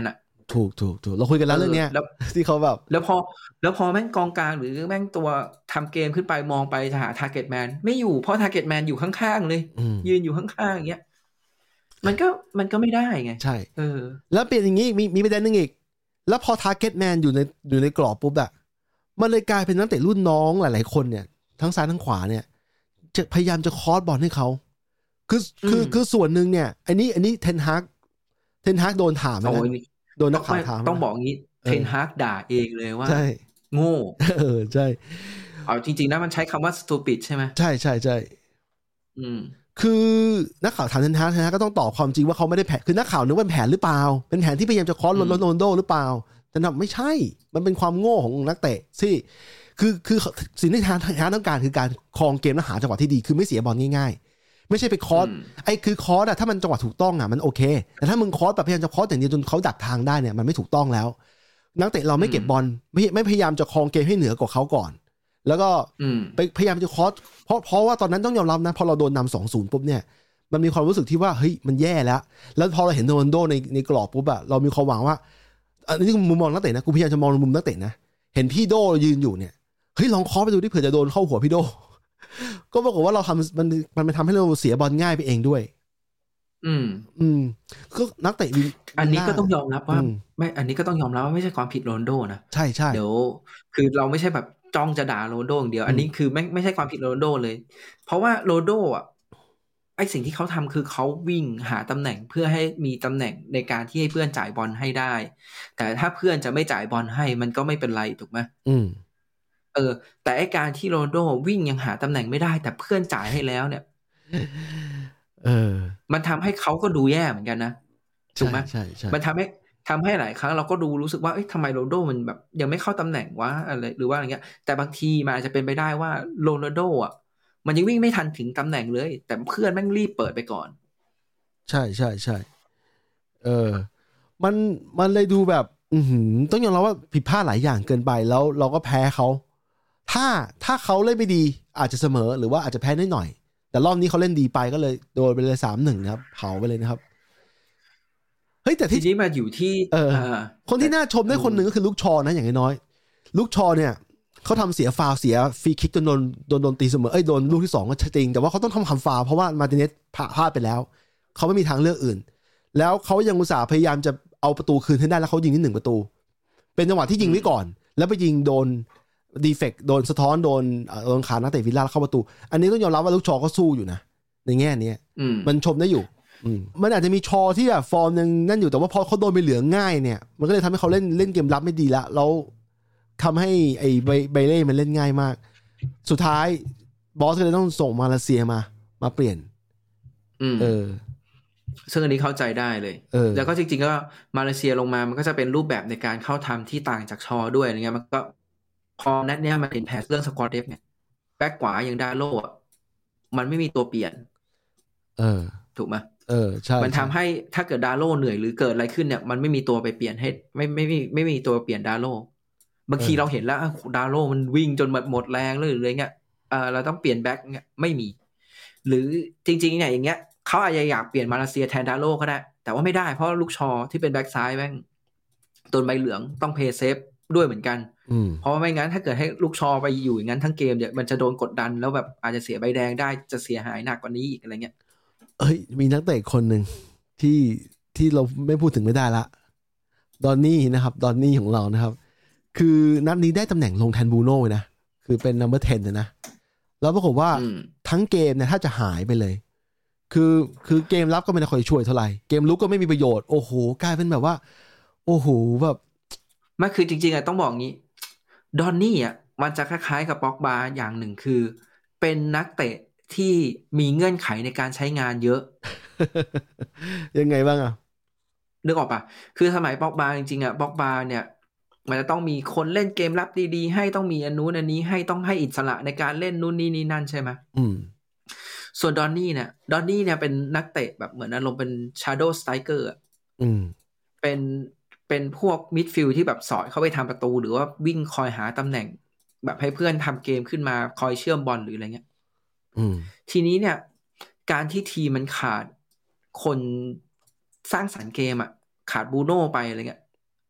ถูกถูกถูกเราคุยกันแล้วเรื่องเนี้ยที่เขาแบบแล้วพอแล้วพอแม่งกองกลางหรือแม่งตัวทำเกมขึ้นไปมองไปจะหา target man ไม่อยู่เพราะ target man อยู่ข้างๆเลยยืนอยู่ข้างๆอย่างเงี้ยมันก็มันก็ไม่ได้ไงใช่เออแล้วเป็นอย่างงี้มีมีประเด็นนึงอีกแล้วพอ target man อยู่ในอยู่ในกรอบปุ๊บอะมันเลยกลายเป็นนักเตะรุ่นน้องหลายๆคนเนี่ยทั้งซ้ายทั้งขวาเนี่ยจะพยายามจะคอสบอลให้เขาคือคือคือส่วนหนึ่งเนี่ยอันนี้อันนี้เทนฮากเทนฮากโดนถามนะโดนนักข่าวถามต้องบอกงี้เทนฮากด่าเองเลยว่าโง่เออใช่เอาจริงๆนะมันใช้คำว่า stupid ใช่ไหมใช่ใช่ใช่อืมคือนักข่าวถามเทนฮากเทนฮากก็ต้องตอบความจริงว่าเขาไม่ได้แผนคือนักข่าวนึกว่าเป็นแผนหรือเปล่าเป็นแผนที่พยายามจะคอสโรนัลโดหรือเปล่าแต่นั่นไม่ใช่มันเป็นความโง่ของนักเตะที่คือคือสิ่งที่ทางทางต้องการคือการครองเกมและหาจังหวะที่ดีคือไม่เสียบอลง่ายๆไม่ใช่ไปคอสไอ้คือคอสอะถ้ามันจังหวะถูกต้องอะมันโอเคแต่ถ้ามึงคอสแบบพยายามจะคอสอย่างเดียวจนเขาดักทางได้เนี่ยมันไม่ถูกต้องแล้วนักเตะเราไม่เก็บบอลไม่ไม่พยายามจะครองเกมให้เหนือกว่าเขาก่อนแล้วก็ไปพยายามจะคอสเพราะเพราะว่าตอนนั้นต้องยอมรับนะพอเราโดนนำ สองศูนย์ ปุ๊บเนี่ยมันมีความรู้สึกที่ว่าเฮ้ยมันแย่แล้วแล้วพอเราเห็นโรนัลโดในในกรอบปุ๊บอะเรามีความหวังว่าอันนี้มุมมองนักเตะนะกูพยายามจะมองมุมนักเตะนะเห็นพี่โดยืนอยู่เนี่ยเฮ้ยลองเคาะไปดูดิเผื่อจะโดนเข้าหัวพี่โดก็ปรากฏว่าเราทำมันมันทำให้เราเสียบอลง่ายไปเองด้วยอืมอืมก็นักเตะอันนี้ก็ต้องยอมรับว่าไม่อันนี้ก็ต้องยอมรับว่าไม่ใช่ความผิดโรนัลโดนะใช่ใช่เดี๋ยวคือเราไม่ใช่แบบจ้องจะด่าโรนัลโดอย่างเดียวอันนี้คือไม่ไม่ใช่ความผิดโรนัลโดเลยเพราะว่าโรนัลโดอ่ะไอสิ่งที่เขาทำคือเขาวิ่งหาตำแหน่งเพื่อให้มีตำแหน่งในการที่ให้เพื่อนจ่ายบอลให้ได้แต่ถ้าเพื่อนจะไม่จ่ายบอลให้มันก็ไม่เป็นไรถูกไหมอืมเออแต่ไอการที่โรนัลโดวิ่งยังหาตำแหน่งไม่ได้แต่เพื่อนจ่ายให้แล้วเนี่ยเออมันทำให้เขาก็ดูแย่เหมือนกันนะถูกไหมใช่ใช่มันทำให้ทำให้หลายครั้งเราก็ดูรู้สึกว่าเอ้ยทำไมโรนัลโดมันแบบยังไม่เข้าตำแหน่งวะอะไรหรือว่าอะไรเงี้ยแต่บางทีมันอาจจะเป็นไปได้ว่าโรนัลโดอ่ะมันยังวิ่งไม่ทันถึงตำแหน่งเลยแต่เพื่อนแม่งรีบเปิดไปก่อนใช่ใช่ใช่เออมันมันเลยดูแบบอือหือต้องยอมรับว่าผิดพลาดหลายอย่างเกินไปแล้วเราก็แพ้เขาถ้าถ้าเขาเล่นไม่ดีอาจจะเสมอหรือว่าอาจจะแพ้นิดหน่อยแต่รอบนี้เขาเล่นดีไปก็เลยโดนไปเลย สามหนึ่ง นะครับเผาไปเลยนะครับเฮ้ยแต่ที่นี้มาอยู่ที่เออคนที่น่าชมได้คนหนึ่งก็คือลูกชอนะอย่างน้อยลูกชอเนี่ยเขาทำเสียฟาวเสียฟรีคิกจนโดนโดนโดนตีเสมอเอ้ยโดนลูกที่สองก็จริงแต่ว่าเขาต้องทำคำฟาวเพราะว่ามาร์ติเนสพลาดไปแล้วเขาไม่มีทางเลือกอื่นแล้วเขายังอุตส่าห์พยายามจะเอาประตูคืนให้ได้แล้วเขายิงที่หนึ่งประตูเป็นจังหวะที่ยิงไว้ก่อนแล้วไปยิงโดนดีเฟกต์โดนสะท้อนโดนโดนขานักเตะวิลล่าเข้าประตูอันนี้ต้องยอมรับว่าลูกชอก็สู้อยู่นะในแง่นี้มันชมได้อยู่มันอาจจะมีชอที่แบบฟอร์มยังนั่นอยู่แต่ว่าพอเขาโดนไปเหลือง่ายเนี่ยมันก็เลยทำให้เขาเล่นเล่นเกมรับไม่ดีละแล้วทำให้ไอ้ไบเล่มันเล่นง่ายมากสุดท้ายบอสก็เลยต้องส่งมาเลเซียมามาเปลี่ยนเออซึ่งอันนี้เข้าใจได้เลยแล้วก็จริงๆก็มาเลเซียลงมามันก็จะเป็นรูปแบบในการเข้าทำที่ต่างจากชอด้วยอะไรเงี้ยมันก็พอนัดเนี้ยมันเห็นแผนเรื่องสควอตเดฟเนี่ยแบ็คขวาอย่างดาโล่มันไม่มีตัวเปลี่ยนเออถูกไหมเออใช่มันทำให้ถ้าเกิดดาโล่เหนื่อยหรือเกิดอะไรขึ้นเนี่ยมันไม่มีตัวไปเปลี่ยนให้ไม่ไม่ไม่ไม่มีตัวเปลี่ยนดาโล่บางทีเราเห็นแล้วดาโล่มันวิ่งจนหมดหมดแรงเลยหรืออะไรเงี้ยเออเราต้องเปลี่ยนแบ็คเงี้ยไม่มีหรือจริงๆเนี่ยอย่างเงี้ยเขาอาจจะอยากเปลี่ยนมาเลเซียแทนดาโล่ก็ได้แต่ว่าไม่ได้เพราะลูกชอที่เป็นแบ็คซ้ายแม่งโดนใบเหลืองต้องเพย์เซฟด้วยเหมือนกันเพราะไม่งั้นถ้าเกิดให้ลูกชอไปอยู่อย่างนั้นทั้งเกมเนี่ยมันจะโดนกดดันแล้วแบบอาจจะเสียใบแดงได้จะเสียหายหนักกว่านี้อีกอะไรเงี้ยเอ้ยมีนักเตะคนหนึ่งที่ที่เราไม่พูดถึงไม่ได้ละดอนนี่นะครับดอนนี่ของเรานะครับคือนัดนี้ได้ตำแหน่งลงแทนบูโน่นะคือเป็น นัมเบอร์ สิบนะนะแล้วปรากฏว่าทั้งเกมเนี่ยถ้าจะหายไปเลยคือคือเกมรับก็ไม่ได้ค่อยช่วยเท่าไหร่เกมลุกก็ไม่มีประโยชน์โอ้โหกลายเป็นแบบว่าโอ้โหแบบไม่คือจริงๆอ่ะต้องบอกงี้ดอนนี่อ่ะมันจะคล้ายๆกับป็อกบาอย่างหนึ่งคือเป็นนักเตะที่มีเงื่อนไขในการใช้งานเยอะยังไงบ้างอ่ะนึกออกปะคือสมัยป็อกบาจริงๆอ่ะป็อกบาเนี่ยมันจะต้องมีคนเล่นเกมรับดีๆให้ต้องมีอันนู้นอันนี้ให้ต้องให้อิสระในการเล่นนู่นนี่นี่นั่นใช่ไหมอืมส่วนดอนนี่เนี่ยดอนนี่เนี่ยเป็นนักเตะแบบเหมือนอารมณ์เป็น shadow striker อ่ะอืมเป็นเป็นพวกมิดฟิลด์ที่แบบสอดเข้าไปทำประตูหรือว่าวิ่งคอยหาตำแหน่งแบบให้เพื่อนทำเกมขึ้นมาคอยเชื่อมบอลหรืออะไรเงี้ยทีนี้เนี่ยการที่ทีมมันขาดคนสร้างสรรค์เกมอ่ะขาดบูโน่ไปอะไรเงี้ย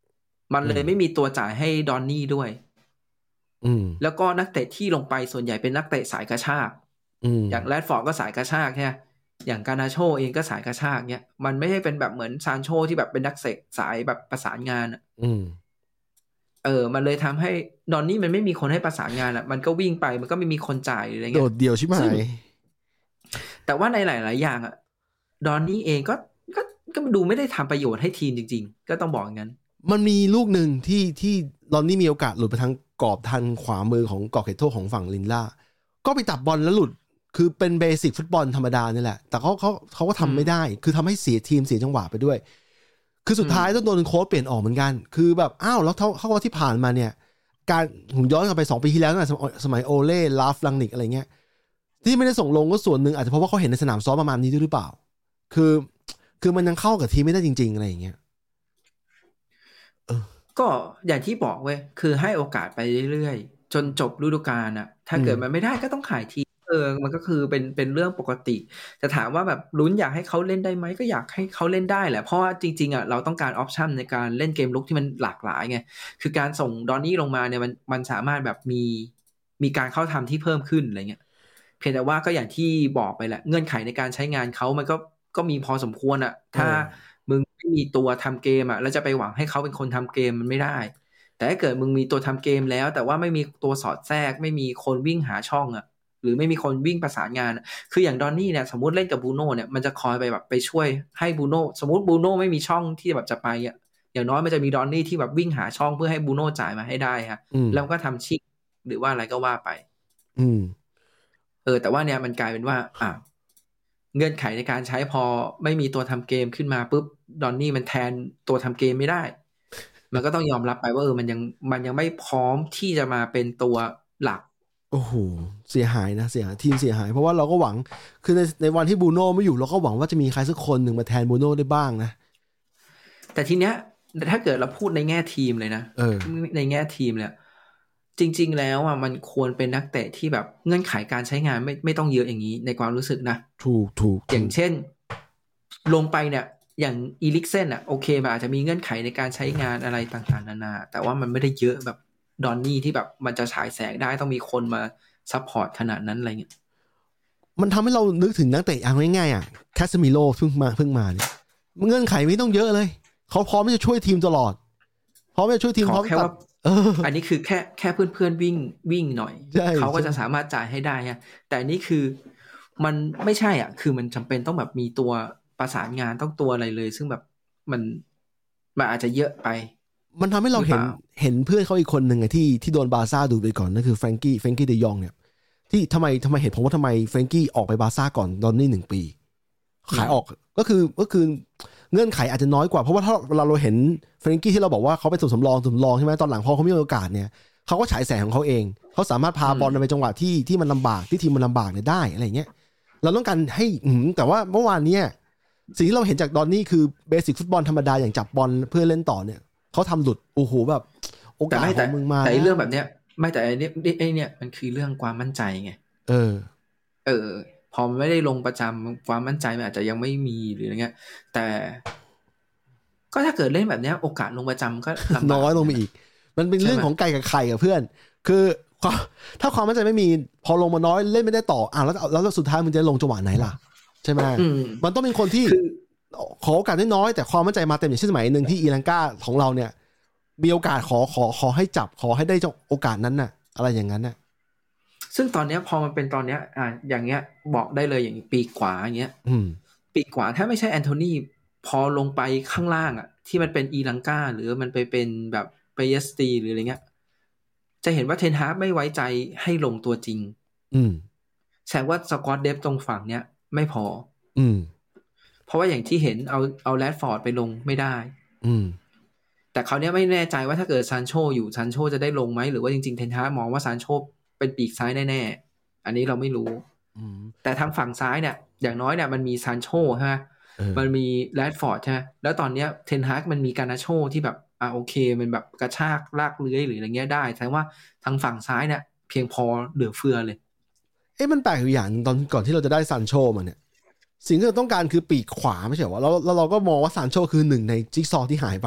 มันเลยไม่มีตัวจ่ายให้ดอนนี่ด้วยอืมแล้วก็นักเตะที่ลงไปส่วนใหญ่เป็นนักเตะสายกระชากอืมอย่างแรดฟอร์ดก็สายกระชากใช่ไหมอย่างกานาโชเองก็สายกระชากเนี้ยมันไม่ใช่เป็นแบบเหมือนซานโชที่แบบเป็นนักเตะสายแบบประสานงานอ่ะอืมเออมันเลยทำให้ดอนนี่มันไม่มีคนให้ประสานงานอ่ะมันก็วิ่งไปมันก็ไม่มีคนจ่ายอะไรเงี้ยโดดเดี่ยวใช่ไหมแต่ว่าในหลายๆอย่างอ่ะดอนนี่เองก็ก็ก็ดูไม่ได้ทำประโยชน์ให้ทีมจริงๆก็ต้องบอกอย่างนั้นมันมีลูกหนึ่งที่ที่ดอนนี่มีโอกาสหลุดไปทางกรอบทางขวามือของกอร์เกโตของฝั่งลินล่าก็ไปตับบอลแล้วหลุดคือเป็นเบสิกฟุตบอลธรรมดานี่แหละแต่เขาเขาเขาก็ทำไม่ได้คือทำให้เสียทีมเสียจังหวะไปด้วยคือสุดท้ายต้องโดนโค้ชเปลี่ยนออกเหมือนกันคือแบบอ้าวแล้วเขาเขาว่าที่ผ่านมาเนี่ยการผมย้อนกลับไปสองปีที่แล้วตั้งแต่สมัยโอเล่ลาฟลังนิกอะไรเงี้ยที่ไม่ได้ส่งลงก็ส่วนหนึ่งอาจจะเพราะว่าเขาเห็นในสนามซ้อมประมาณนี้ด้วยหรือเปล่าคือคือมันยังเข้ากับทีมไม่ได้จริงๆอะไรอย่างเงี้ยเออก็อย่างที่บอกเว้ยคือให้โอกาสไปเรื่อยๆจนจบฤดูกาลน่ะถ้าเกิดมันไม่ได้ก็ต้องขายทีเออมันก็คือเป็นเป็นเรื่องปกติแต่ถามว่าแบบลุ้นอยากให้เขาเล่นได้ไหมก็อยากให้เขาเล่นได้แหละเพราะว่าจริงๆอ่ะเราต้องการออปชันในการเล่นเกมลุกที่มันหลากหลายไงคือการส่งดอนนี่ลงมาเนี่ยมันมันสามารถแบบมีมีการเข้าทำที่เพิ่มขึ้นอะไรเงี้ยเพียงแต่ว่าก็อย่างที่บอกไปแหละเงื่อนไขในการใช้งานเขามันก็ก็มีพอสมควรอ่ะถ้ามึงไม่มีตัวทำเกมอ่ะแล้วจะไปหวังให้เขาเป็นคนทำเกมมันไม่ได้แต่ถ้าเกิดมึงมีตัวทำเกมแล้วแต่ว่าไม่มีตัวสอดแทรกไม่มีคนวิ่งหาช่องอ่ะหรือไม่มีคนวิ่งประสานงานคืออย่างดอนนี่เนี่ยสมมุติเล่นกับบูโน่เนี่ยมันจะคอยไปแบบไปช่วยให้บูโน่สมมุติบูโน่ไม่มีช่องที่แบบจะไปอ่ะอย่างน้อยมันจะมีดอนนี่ที่แบบวิ่งหาช่องเพื่อให้บูโน่จ่ายมาให้ได้ฮะแล้วก็ทำชิกหรือว่าอะไรก็ว่าไปอืมเออแต่ว่าเนี่ยมันกลายเป็นว่าอ่ะเงื่อนไขในการใช้พอไม่มีตัวทำเกมขึ้นมาปุ๊บดอนนี่มันแทนตัวทำเกมไม่ได้มันก็ต้องยอมรับไปว่าเออมันยังมันยังไม่พร้อมที่จะมาเป็นตัวหลักโอ้โหเสียหายนะเสียหายทีมเสียหายเพราะว่าเราก็หวังคือในในวันที่บูโน่ไม่อยู่เราก็หวังว่าจะมีใครสักคนหนึ่งมาแทนบูโน่ได้บ้างนะแต่ทีเนี้ยถ้าเกิดเราพูดในแง่ทีมเลยนะเออในแง่ทีมเลยจริงๆแล้วอ่ะมันควรเป็นนักเตะที่แบบเงื่อนไขการใช้งานไม่ไม่ต้องเยอะอย่างนี้ในความรู้สึกนะถูกถูกอย่างเช่นลงไปเนี่ยอย่างอีลิกเซนอ่ะโอเคมันอาจจะมีเงื่อนไขในการใช้งานอะไรต่างๆนานาแต่ว่ามันไม่ได้เยอะแบบดอนนี่ที่แบบมันจะฉายแสงได้ต้องมีคนมาซัพพอร์ตขนาดนั้นอะไรเงี้ยมันทำให้เรานึกถึงนักเตะอย่างง่ายๆอ่ะแคสมิโร่เพิ่งมาเพิ่งมาเนี่ยเงื่อนไขไม่ต้องเยอะเลยเขาพร้อมที่จะช่วยทีมตลอดพร้อมจะช่วยทีมพร้อมตัดอันนี้คือแค่แค่เพื่อนๆวิ่งวิ่งหน่อยเขาก็จะสามารถจ่ายให้ได้ฮะแต่นี่คือมันไม่ใช่อ่ะคือมันจำเป็นต้องแบบมีตัวประสานงานต้องตัวอะไรเลยซึ่งแบบมันมันอาจจะเยอะไปมันทำให้เราเห็นเห็นเพื่อนเขาอีกคนหนึ่งไงที่ที่โดนบาร์ซ่าดูไปก่อนนั่นคือแฟรงกี้แฟรงกี้เดยองเนี่ยที่ทำไมทำไมเหตุผลว่าทำไมแฟรงกี้ออกไปบาร์ซ่าก่อนดอนนี่หนึ่งปีขายออกก็คือก็คือเงื่อนไขอาจจะน้อยกว่าเพราะว่าถ้าเราเราเห็นแฟรงกี้ที่เราบอกว่าเขาเป็นตัวสำรองตัวสำรองใช่ไหมตอนหลังพอเขาไม่มีโอกาสเนี่ยเขาก็ฉายแสงของเขาเองเขาสามารถพาบอลไปจังหวะที่ที่มันลำบากที่ทีมมันลำบากเนี่ยได้อะไรเงี้ยเราต้องการให้แต่ว่าเมื่อวานนี้สิ่งที่เราเห็นจากดอนนี่คือเบสิกฟุตบอลธรรมดาอย่างจับบอลเพื่อเล่นต่อเนี่ยเขาทำหลุดโอ้โหแบบโอกาสของมึงมาแต่เรื่องแบบเนี้ยไม่แต่ไอ้เนี่ยไอ้เนี่ยมันคือเรื่องความมั่นใจไงเออเออพอมันไม่ได้ลงประจำความมั่นใจมันอาจจะยังไม่มีหรืออะไรเงี้ยแต่ก็ถ้าเกิดเล่นแบบนี้โอกาสลงประจำก็น้อยลงไปอีกมันเป็นเรื่องของไก่กับไข่กับเพื่อนคือถ้าความมั่นใจไม่มีพอลงมาน้อยเล่นไม่ได้ต่ออ่ะแล้วแล้วสุดท้ายมึงจะลงจังหวะไหนล่ะใช่ไหมมันต้องเป็นคนที่ขอโอกาสน้อยแต่ความมั่นใจมาเต็มอย่างเช่นสมัยหนึ่งที่อีลังกาของเราเนี่ยมีโอกาสขอขอขอให้จับขอให้ได้โอกาสนั้นน่ะอะไรอย่างนั้นน่ะซึ่งตอนนี้พอมันเป็นตอนเนี้ยอ่ะอย่างเงี้ยบอกได้เลยอย่างปีกขวาอย่างเงี้ยปีกขวาถ้าไม่ใช่แอนโทนีพอลงไปข้างล่างอ่ะที่มันเป็นอีลังกาหรือมันไปเป็นแบบไปเยสตีหรืออะไรเงี้ยจะเห็นว่าเทนฮากไม่ไว้ใจให้ลงตัวจริงอืมแสดงว่าสควอตเดฟตรงฝั่งเนี้ยไม่พออืมเพราะว่าอย่างที่เห็นเอาเอาแรดฟอร์ดไปลงไม่ได้อืมแต่คราวนี้ไม่แน่ใจว่าถ้าเกิดซานโชอยู่ซานโชจะได้ลงไหมหรือว่าจริงๆเทนฮากมองว่าซานโชเป็นปีกซ้ายแน่ๆอันนี้เราไม่รู้แต่ทางฝั่งซ้ายเนี่ยอย่างน้อยเนี่ยมันมีซานโชใช่ไหมมันมีแรดฟอร์ดใช่ไหมแล้วตอนเนี้ยเทนฮากมันมีการนาโชที่แบบอ่าโอเคมันแบบกระชากลากเลื้อยหรืออะไรเงี้ยได้แสดงว่าทางฝั่งซ้ายเนี่ยเพียงพอเหลือเฟือเลยเอ๊ะมันแปลกอยู่อย่างตอนก่อนที่เราจะได้ซานโชมาเนี่ยสิ่งที่เราต้องการคือปีกขวาไม่ใช่เหรอแล้วแล้วเราก็มองว่าซานโชคือหนึ่งในจิ๊กซอว์ที่หายไป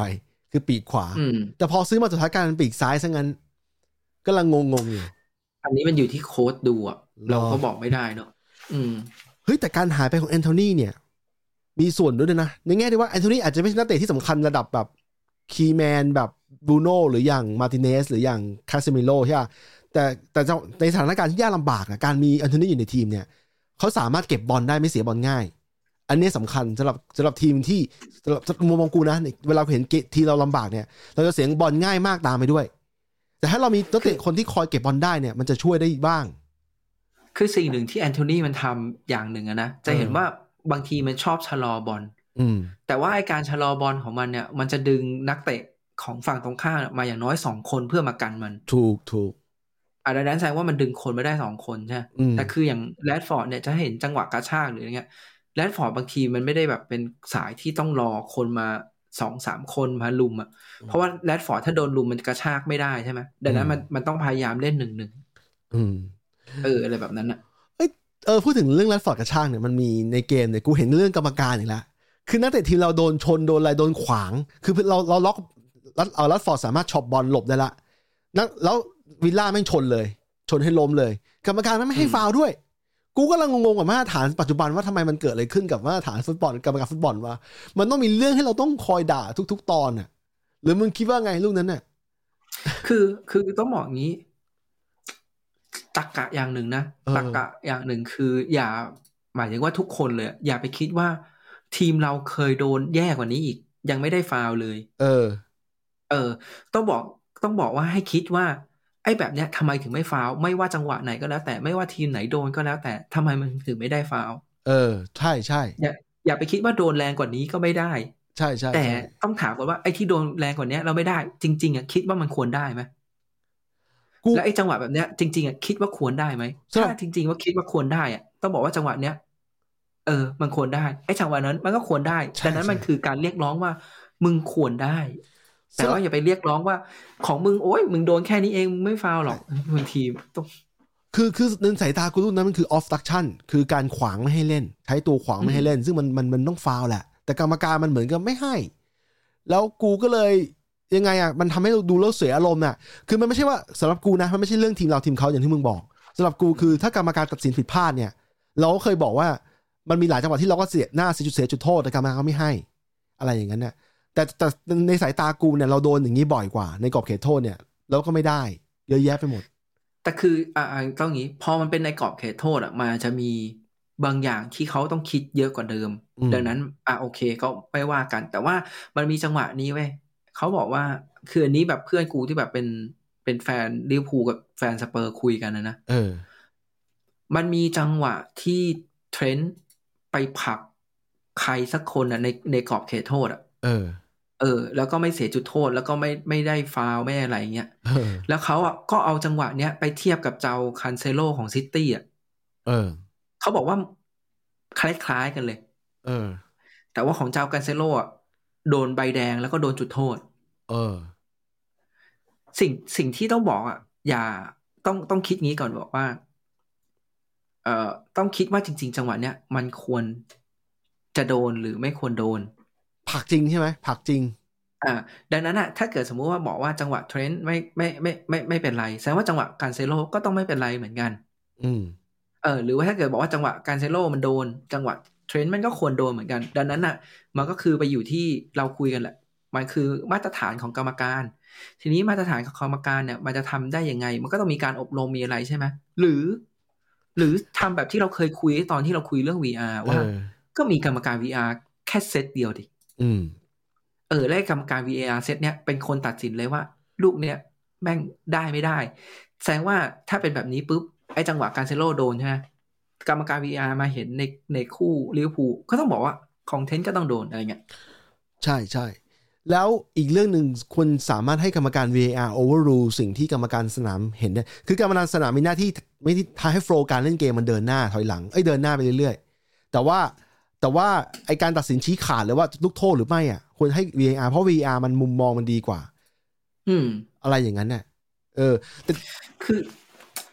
คือปีกขวาแต่พอซื้อมาสุดท้ายกลายเป็นปีกซ้ายซะงั้นก็ลังงงๆอยู่อันนี้มันอยู่ที่โค้ชดูอ่ะเราก็บอกไม่ได้เนาะอืมเฮ้ยแต่การหายไปของแอนโทนีเนี่ยมีส่วนด้วยนะในแง่ที่ว่าแอนโทนีอาจจะไม่ใช่นักเตะที่สำคัญระดับแบบคีย์แมนแบบบรูโน่หรืออย่างมาร์ติเนสหรืออย่างคาเซมิโร่ใช่ป่ะแต่แต่ในสถานการณ์ที่ยากลำบากอ่ะการมีแอนโทนีอยู่ในทีมเนี่ยเขาสามารถเก็บบอลได้ไม่เสียบอลง่ายอันนี้สำคัญสำหรับสำหรับทีมที่สำหรับมุมมองกูนะเวลาเห็นทีเราลำบากเนี่ยเราจะเสียบอลง่ายมากตามไปด้วยแต่ถ้าเรามีนักเตะคนที่คอยเก็บบอลได้เนี่ยมันจะช่วยได้บ้างคือสิ่งหนึ่งที่แอนโทนีมันทำอย่างหนึ่งนะจะเห็นว่าบางทีมันชอบชะลอบอลแต่ว่าไอการชะลอบอลของมันเนี่ยมันจะดึงนักเตะของฝั่งตรงข้ามมาอย่างน้อยสองคนเพื่อมากันมันถูกถูกอันนั้นแสดงว่ามันดึงคนไม่ได้สองคนใช่แต่คืออย่างแรดฟอร์ดเนี่ยจะเห็นจังหวะกระชากหรืออย่างเงี้ยแรดฟอร์ดบางทีมันไม่ได้แบบเป็นสายที่ต้องรอคนมาสองสามคนมาลุมอ่ะเพราะว่าแรดฟอร์ดถ้าโดนลุมมันกระชากไม่ได้ใช่ไหมดังนั้นมันมันต้องพยายามเล่นหนึ่งหนึ่งเอออะไรแบบนั้นอ่ะเออเออพูดถึงเรื่องแรดฟอร์ดกระชากเนี่ยมันมีในเกมเนี่ยกูเห็นเรื่องกรรมการอีกแล้วคือนักเตะทีมเราโดนชนโดนอะไรโดนขวางคือเราเราล็อกเอาแรดฟอร์ดสามารถช็อปบอลหลบได้ละแล้ววิลล่าแม่งชนเลยชนให้ล้มเลยกรรมการไม่ให้ฟาวล์ด้วยกูก็ลังงงๆกับมาตรฐานปัจจุบันว่าทำไมมันเกิดอะไรขึ้นกับมาตรฐานฟุตบอลกรรมการฟุตบอลว่ามันต้องมีเรื่องให้เราต้องคอยด่าทุกๆตอนน่ะหรือมึงคิดว่าไงลูกนั้นน่ะคือคือต้องบอกงี้ตรรกะอย่างหนึ่งนะตรรกะอย่างหนึ่งคืออย่าหมายถึงว่าทุกคนเลยอย่าไปคิดว่าทีมเราเคยโดนแย่กว่านี้อีกยังไม่ได้ฟาวล์เลยเออเออต้องบอกต้องบอกว่าให้คิดว่าไอ้แบบเนี้ยทำไมถึงไม่ฟาวล์ไม่ว่าจังหวะไหนก็แล้วแต่ไม่ว่าทีมไหนโดนก็แล้วแต่ทำไมมันถึงไม่ได้ฟาวล์เออใช่ใช่อย่าอย่าไปคิดว่าโดนแรงกว่านี้ก็ไม่ได้ใช่ใช่แต่ต้องถามก่อนว่าไอ้ที่โดนแรงกว่านี้เราไม่ได้จริงๆอ่ะคิดว่ามันควรได้ไหมแล้วไอ้จังหวะแบบเนี้ยจริงๆอ่ะคิดว่าควรได้ไหมถ้าจริงๆว่าคิดว่าควรได้อ่ะต้องบอกว่าจังหวะเนี้ยเออมันควรได้ไอ้จังหวะนั้นมันก็ควรได้ดังนั้นมันคือการเรียกร้องว่ามึงควรได้แต่ว่าอย่าไปเรียกร้องว่าของมึงโอ๊ยมึงโดนแค่นี้เองมึงไม่ฟาวหรอกบางทีต้องคือคือในสายตากูรู้นั้นมันคือ obstruction คือการขวางไม่ให้เล่นใช้ตัวขวางไม่ให้เล่นซึ่งมันมันมันต้องฟาวแหละแต่กรรมการมันเหมือนกับไม่ให้แล้วกูก็เลยยังไงอ่ะมันทำให้เราดูแล้วเสียอารมณ์น่ะคือมันไม่ใช่ว่าสำหรับกูนะมันไม่ใช่เรื่องทีมเราทีมเขาอย่างที่มึงบอกสำหรับกูคือถ้ากรรมการตัดสินผิดพลาดเนี่ยเราก็เคยบอกว่ามันมีหลายจังหวะที่เราก็เสียหน้าเสียจุดเสียจุดโทษแต่กรรมการเขาไม่ให้อะไรอย่างนั้นเนี่ยแต่แต่ในสายตากูเนี่ยเราโดนอย่างนี้บ่อยกว่าในกรอบเขตโทษเนี่ยแล้วก็ไม่ได้เยอะแยะไปหมดแต่คืออ่าต้องงี้พอมันเป็นในกรอบเขตโทษอ่ะมันจะมีบางอย่างที่เขาต้องคิดเยอะกว่าเดิมดังนั้นอ่ะโอเคก็ไม่ว่ากันแต่ว่ามันมีจังหวะนี้เว้ยเขาบอกว่าคืออันนี้แบบเพื่อนกูที่แบบเป็นเป็นแฟนลิเวอร์พูลกับแฟนสเปอร์คุยกันนะนะเออมันมีจังหวะที่เทรนต์ไปผลักใครสักคนอ่ะในในกรอบเขตโทษอ่ะเออเออแล้วก็ไม่เสียจุดโทษแล้วก็ไม่ไม่ได้ฟาวล์ไม่อะไรเงี้ยแล้วเขาอ่ะก็เอาจังหวะเนี้ยไปเทียบกับเจ้าคันเซโลของซิตี้อ่ะเออเขาบอกว่าคล้ายๆกันเลยเออแต่ว่าของเจ้าคันเซโลอ่ะโดนใบแดงแล้วก็โดนจุดโทษเออสิ่งสิ่งที่ต้องบอกอ่ะอย่าต้องต้องคิดงี้ก่อนบอกว่าเอ่อต้องคิดว่าจริงๆจังหวะเนี้ยมันควรจะโดนหรือไม่ควรโดนผลักจริงใช่ไหมผลักจริงอ่าดังนั้นอ่ะถ้าเกิดสมมุติว่าบอกว่าจังหวะเทรนต์ไม่ไม่ไม่ไม่ไม่เป็นไรแสดงว่าจังหวะการเซโลก็ต้องไม่เป็นไรเหมือนกันอืมเออหรือว่าถ้าเกิดบอกว่าจังหวะการเซโลมันโดนจังหวะเทรนต์มันก็ควรโดนเหมือนกันดังนั้นอ่ะมันก็คือไปอยู่ที่เราคุยกันแหละมันคือมาตรฐานของกรรมการทีนี้มาตรฐานของกรรมการเนี่ยมันจะทำได้ยังไงมันก็ต้องมีการอบรมมีอะไรใช่ไหมหรือหรือทำแบบที่เราเคยคุยตอนที่เราคุยเรื่อง วี อาร์ ว่าก็มีกรรมการ วี อาร์ แค่เซตเดียวดิอืมเออและกรรมการ วี อาร์ เซตเนี้ยเป็นคนตัดสินเลยว่าลูกเนี้ยแม่งได้ไม่ได้แสดงว่าถ้าเป็นแบบนี้ปุ๊บไอ้จังหวะการเซโลโดนใช่ไหมกรรมการ วี อาร์ มาเห็นในในคู่ลิเวอร์พูลก็ต้องบอกว่าของเทนก็ต้องโดนอะไรเงี้ยใช่ใช่แล้วอีกเรื่องหนึ่งคุณสามารถให้กรรมการ วี อาร์ overrule สิ่งที่กรรมการสนามเห็นได้คือกรรมการสนามมีหน้าที่ไม่ที่ทำให้โฟล์การเล่นเกมมันเดินหน้าถอยหลังเอ้ยเดินหน้าไปเรื่อยๆแต่ว่าแต่ว่าไอการตัดสินชี้ขาดเลยว่าลูกโทษหรือไม่อ่ะควรให้ วี อาร์ เพราะ วี อาร์ มันมุมมองมันดีกว่าอืมอะไรอย่างนั้นน่ะเออแต่คือ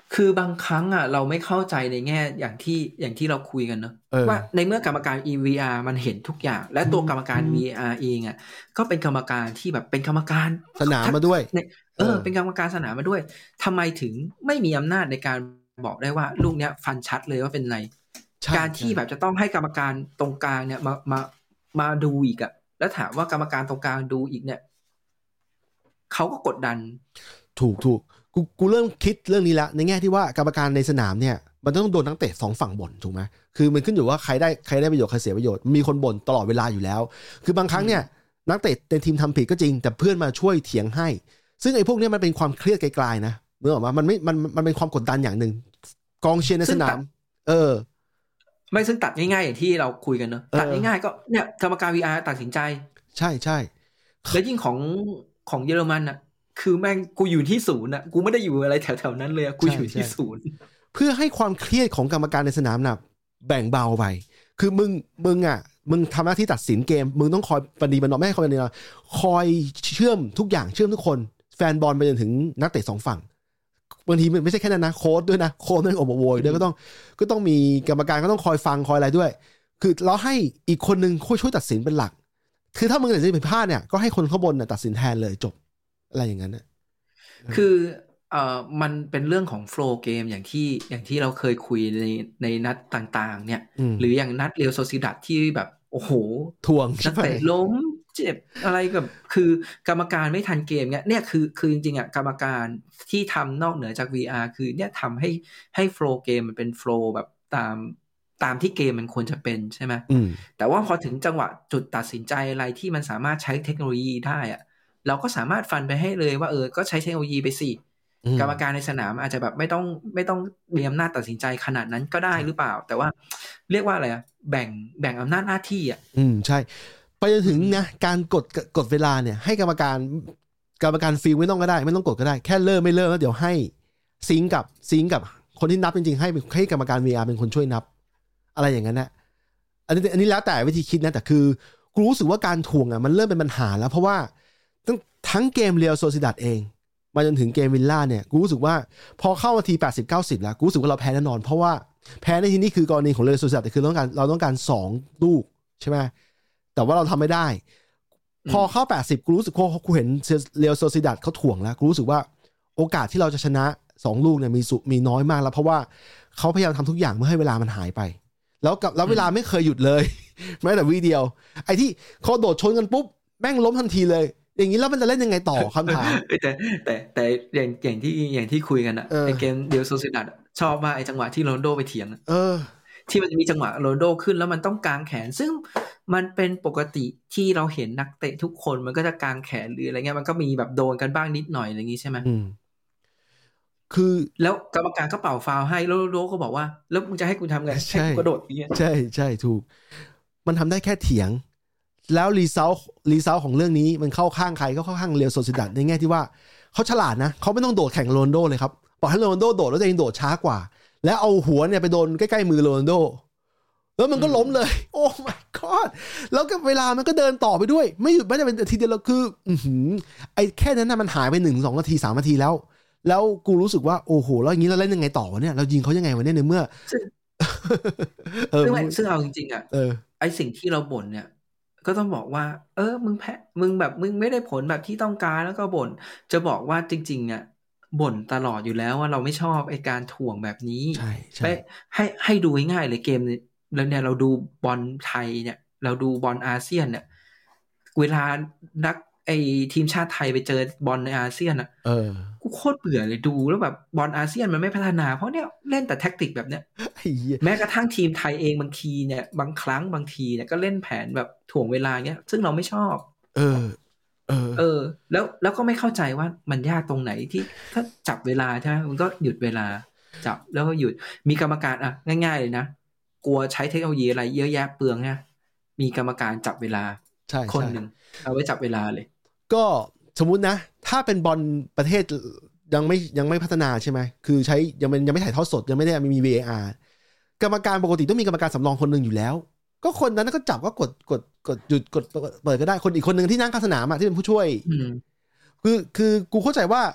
คือบางครั้งอ่ะเราไม่เข้าใจในแง่อย่างที่อย่างที่เราคุยกันเนอะว่าในเมื่อกรรมการ อี วี อาร์ มันเห็นทุกอย่างและตัวกรรมการ วี อาร์ เองอ่ะก็เป็นกรรมการที่แบบเป็นกรรมการสนามมาด้วยเออเป็นกรรมการสนามมาด้วยทำไมถึงไม่มีอำนาจในการบอกได้ว่าลูกเนี้ยฟันชัดเลยว่าเป็นไรการที่แบบจะต้องให้กรรมการตรงกลางเนี่ยมามามาดูอีกอ่ะแล้วถามว่ากรรมการตรงกลางดูอีกเนี่ยเขาก็กดดันถูกถูกกูกูเริ่มคิดเรื่องนี้แล้วในแง่ที่ว่ากรรมการในสนามเนี่ยมันต้องโดนนักเตะสองฝั่งบ่นถูกไหมคือมันขึ้นอยู่ว่าใครได้ใครได้ประโยชน์ใครเสียประโยชน์มีคนบ่นตลอดเวลาอยู่แล้วคือบางครั้งเนี่ยนักเตะในทีมทำผิดก็จริงแต่เพื่อนมาช่วยเถียงให้ซึ่งไอ้พวกนี้มันเป็นความเครียดไกลๆนะเมื่อออกมามันไม่มันมันเป็นความกดดันอย่างหนึ่งกองเชียร์ในสนามเออไม่ซึ่งตัดง่ายๆอย่างที่เราคุยกันเนอะตัดง่ายๆก็เนี่ยกรรมการ วี อาร์ ตัดสินใจใช่ใช่แล้วยิ่งของของเยอรมันอ่ะคือแม่งกูอยู่ที่ศูนย์อ่ะกูไม่ได้อยู่อะไรแถวๆนั้นเลยกูอยู่ที่ศูนย์เพื่อให้ความเครียดของกรรมการในสนามน่ะแบ่งเบาไปคือมึงมึงอ่ะมึงทำหน้าที่ตัดสินเกมมึงต้องคอยปฏิบัติไม่ให้คอยปฏิบัติคอยเชื่อมทุกอย่างเชื่อมทุกคนแฟนบอลไปจนถึงนักเตะสองฝั่งบางทีมันไม่ใช่แค่นั้นนะโค้ชด้วยนะโค้ชต้องออกมาโวยด้วยก็ต้องก็ต้องมีกรรมการก็ต้องคอยฟังคอยอะไรด้วยคือเราให้อีกคนนึงช่วยตัดสินเป็นหลักคือถ้ามึงตัดสินผิดพลาดเนี่ยก็ให้คนข้างบนน่ะตัดสินแทนเลยจบอะไรอย่างนั้นน่ะคือเอ่อมันเป็นเรื่องของโฟลว์เกมอย่างที่อย่างที่เราเคยคุยในในนัดต่างๆเนี่ยหรืออย่างนัดเรอัลโซซิดัดที่แบบโอ้โหทวงนักเตะล้มเจ็บอะไรกับคือกรรมการไม่ทันเกมเนี่ยเนี่ยคือคือจริงๆอ่ะกรรมการที่ทำนอกเหนือจาก วี อาร์ คือเนี่ยทำให้ให้โฟลว์เกมมันเป็นโฟลว์แบบตามตามที่เกมมันควรจะเป็นใช่ไหมแต่ว่าพอถึงจังหวะจุดตัดสินใจอะไรที่มันสามารถใช้เทคโนโลยีได้อ่ะเราก็สามารถฟันไปให้เลยว่าเออก็ใช้เทคโนโลยีไปสิกรรมการในสนามอาจจะแบบไม่ต้องไม่ต้องมีอำนาจตัดสินใจขนาดนั้นก็ได้หรือเปล่าแต่ว่าเรียกว่าอะไรอ่ะแบ่งแบ่งอำนาจหน้าที่อ่ะอืมใช่ไปจนถึงนะการกดกดเวลาเนี่ยให้กรรมการกรรมการฟิลไม่ต้องก็ได้ไม่ต้องกดก็ได้แค่เริ่มไม่เริ่มแล้วเดี๋ยวให้ซิงกับซิงกับคนที่นับจริงๆให้ให้กรรมการ วี อาร์ เป็นคนช่วยนับอะไรอย่างนั้นนะอันนี้อันนี้แล้วแต่วิธีคิดนะแต่คือกูรู้สึกว่าการถ่วงอ่ะมันเริ่มเป็นปัญหาแล้วเพราะว่าทั้งเกมเรียลโซซิดัดเองมาจนถึงเกมวิลล่าเนี่ยกูรู้สึกว่าพอเข้านาทีแปดสิบ เก้าสิบแล้วกูรู้สึกว่าเราแพ้แน่นอนเพราะว่าแพ้ในที่นี้คือกรณีของเรียลโซซิดัดแต่คือต้องการเราต้องการสองลูกใช่ไหมแต่ว่าเราทำไม่ได้พอเข้าแปดสิบกูรู้สึกว่ากูเห็นเรียลโซซิดัดเขาถ่วงแล้วกูรู้สึกว่าโอกาสที่เราจะชนะสองลูกเนี่ยมีสุมีน้อยมากแล้วเพราะว่าเขาพยายามทำทุกอย่างเพื่อให้เวลามันหายไปแล้วกับแล้วเวลาไม่เคยหยุดเลยแม้แต่วิเดียวไอ้ที่เขาโดดชนกันปุ๊บแม่งล้มทันทีเลยอย่างนี้แล้วมันจะเล่นยังไงต่อคำถามแต่แต่แต่อย่างอย่างที่อย่างที่คุยกันอะในเกมเดียวโซซิดัดชอบว่าไอ้จังหวะที่โรนลโดไปเถียงเออที่มันจะมีจังหวะโรนลโดขึ้นแล้วมันต้องกางแขนซึ่งมันเป็นปกติที่เราเห็นนักเตะทุกคนมันก็จะกางแขนหรืออะไรเงี้ยมันก็มีแบบโดนกันบ้างนิดหน่อยอะไรอย่างงี้ใช่ไหมคือแล้วกรรมการก็เป่าฟาวล์ให้แล้วโรนลโดก็บอกว่าแล้วมึงจะให้กูทำไงให้กูกระโดดอย่างเงี้ยใช่ใช่ถูกมันทำได้แค่เถียงแล้วรีเซลรีเซลของเรื่องนี้มันเข้าข้างใครก็เข้าข้างเรียลโซซิดัดในแง่ที่ว่าเขาฉลาดนะเขาไม่ต้องโดดแข่งโรนลโดเลยครับปล่อยให้โรนลโดโดดแล้วตัวเองโดดช้ากว่าแล้วเอาหัวเนี่ยไปโดนใกล้ๆมือโรนลโดแล้วมันก็ล้มเลยโอ้ my god แล้วก็เวลามันก็เดินต่อไปด้วยไม่หยุดไม่ได้เป็นทีเดียวแล้วคืออือหือไอ้แค่นั้นน่ะมันหายไปหนึ่ง สองนาทีสามนาทีแล้วแล้วกูรู้สึกว่าโอ้โหแล้วอย่างนี้เราเล่นยังไงต่อวะเนี่ยเรายิงเขายังไงวะเนี่ยในเมื่อซึ่งซึ่งเอาจริงๆอ่ะไอ้สิ่งที่เราบ่นเนี่ยก็ต้องบอกว่าเออมึงแพ้มึงแบบมึงไม่ได้ผลแบบที่ต้องการแล้วก็บ่นจะบอกว่าจริงๆอ่ะบ่นตลอดอยู่แล้วว่าเราไม่ชอบไอ้การถ่วงแบบนี้ใช่ใช่ให้ให้ดูง่ายๆเลยเกมแล้วเนี่ยเราดูบอลไทยเนี่ยเราดูบอลอาเซียนเนี่ยเวลานักไอ้ทีมชาติไทยไปเจอบอลในอาเซียนอ่ะเออกูโคตรเบื่อเลยดูแล้วแบบบอลอาเซียนมันไม่พัฒนาเพราะเนี่ยเล่นแต่แท็กติกแบบเนี้ยแม้กระทั่งทีมไทยเองบางทีเนี่ยบางครั้งบางทีเนี่ยก็เล่นแผนแบบถ่วงเวลาเงี้ยซึ่งเราไม่ชอบเออเออเออแล้วแล้วก็ไม่เข้าใจว่ามันยากตรงไหนที่ถ้าจับเวลาใช่ไหมมันก็หยุดเวลาจับแล้วก็หยุดมีกรรมการอ่ะง่ายๆเลยนะกลัวใช้เทคโนโลยีอะไรเยอะแยะเปลืองเนี่ยมีกรรมการจับเวลาคนหนึ่งเอาไว้จับเวลาเลยก็สมมุตินะถ้าเป็นบอลประเทศยังไม่ยังไม่พัฒนาใช่ไหมคือใช้ยังไม่ยังไม่ถ่ายทอดสดยังไม่ได้มี วี เอ อาร์ กรรมการปกติต้องมีกรรมการสำรองคนหนึ่งอยู่แล้วก็คนนั้นก็จับก็กดกดกดหยุดกดเปิดก็ได้คนอีกคนหนึ่งที่นั่งข้างสนามอ่ะที่เป็นผู้ช่วยคือคือกูเข้าใจว่า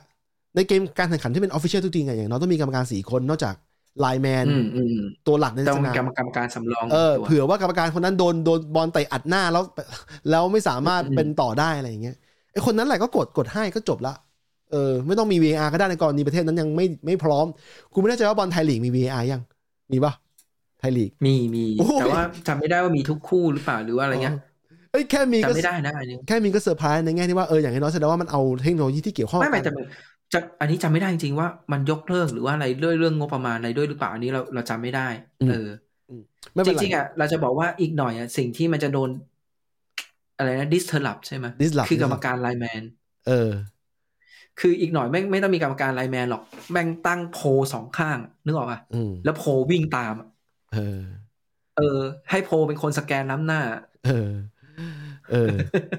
ในเกมการแข่งขันที่เป็น official ทุกทีไงอย่างน้อยต้องมีกรรมการสี่คนนอกจากไลน์แมนตัวหลักในสนามต้องกรรมการสำรองเออเผื่อว่ากรรมการคนนั้นโดนโดนบอลเตะอัดหน้าแล้วแล้วไม่สามารถเป็นต่อได้อะไรอย่างเงี้ยไอ้คนนั้นแหละก็กดกดให้ก็จบละเออไม่ต้องมี วี เอ อาร์ ก็ได้ในกรณีประเทศนั้นยังไม่ไม่พร้อมกูไม่แน่ใจว่าบอลไทยลีกมี วี เอ อาร์ ยังมีป่ะไทยลีกมีมีแต่ว่าจำไม่ได้ว่ามีทุกคู่หรือเปล่าหรือว่าอะไรเงี้ยเอ้ยแค่มีก็จำไม่ได้นะอันนี้แค่มีก็เซอร์ไพรส์ในแง่ที่ว่าเอออย่างน้อยแสดงว่ามันเอาเทคโนโลยีที่เกี่ยวข้องไม่ไม่แต่จะอันนี้จำไม่ได้จริงๆว่ามันยกเลิกหรือว่าอะไรด้วยเรื่องงบประมาณอะไรด้วยหรือเปล่าอันนี้เราเราจำไม่ได้เออจริงๆอ่ะเราจะบอกว่าอีกหน่อยอ่ะสิ่งที่มันจะโดนอะไรนะ disrupt ใช่ไหมคือกรรมการไลน์แมนเออคืออีกหน่อยไม่ไม่ต้องมีกรรมการไลน์แมนหรอกแม่งตั้งโพสองข้างนึกออกป่ะแล้วโพวิ่งตามเออเออให้โพเป็นคนสแกนน้ำหน้าเออเออ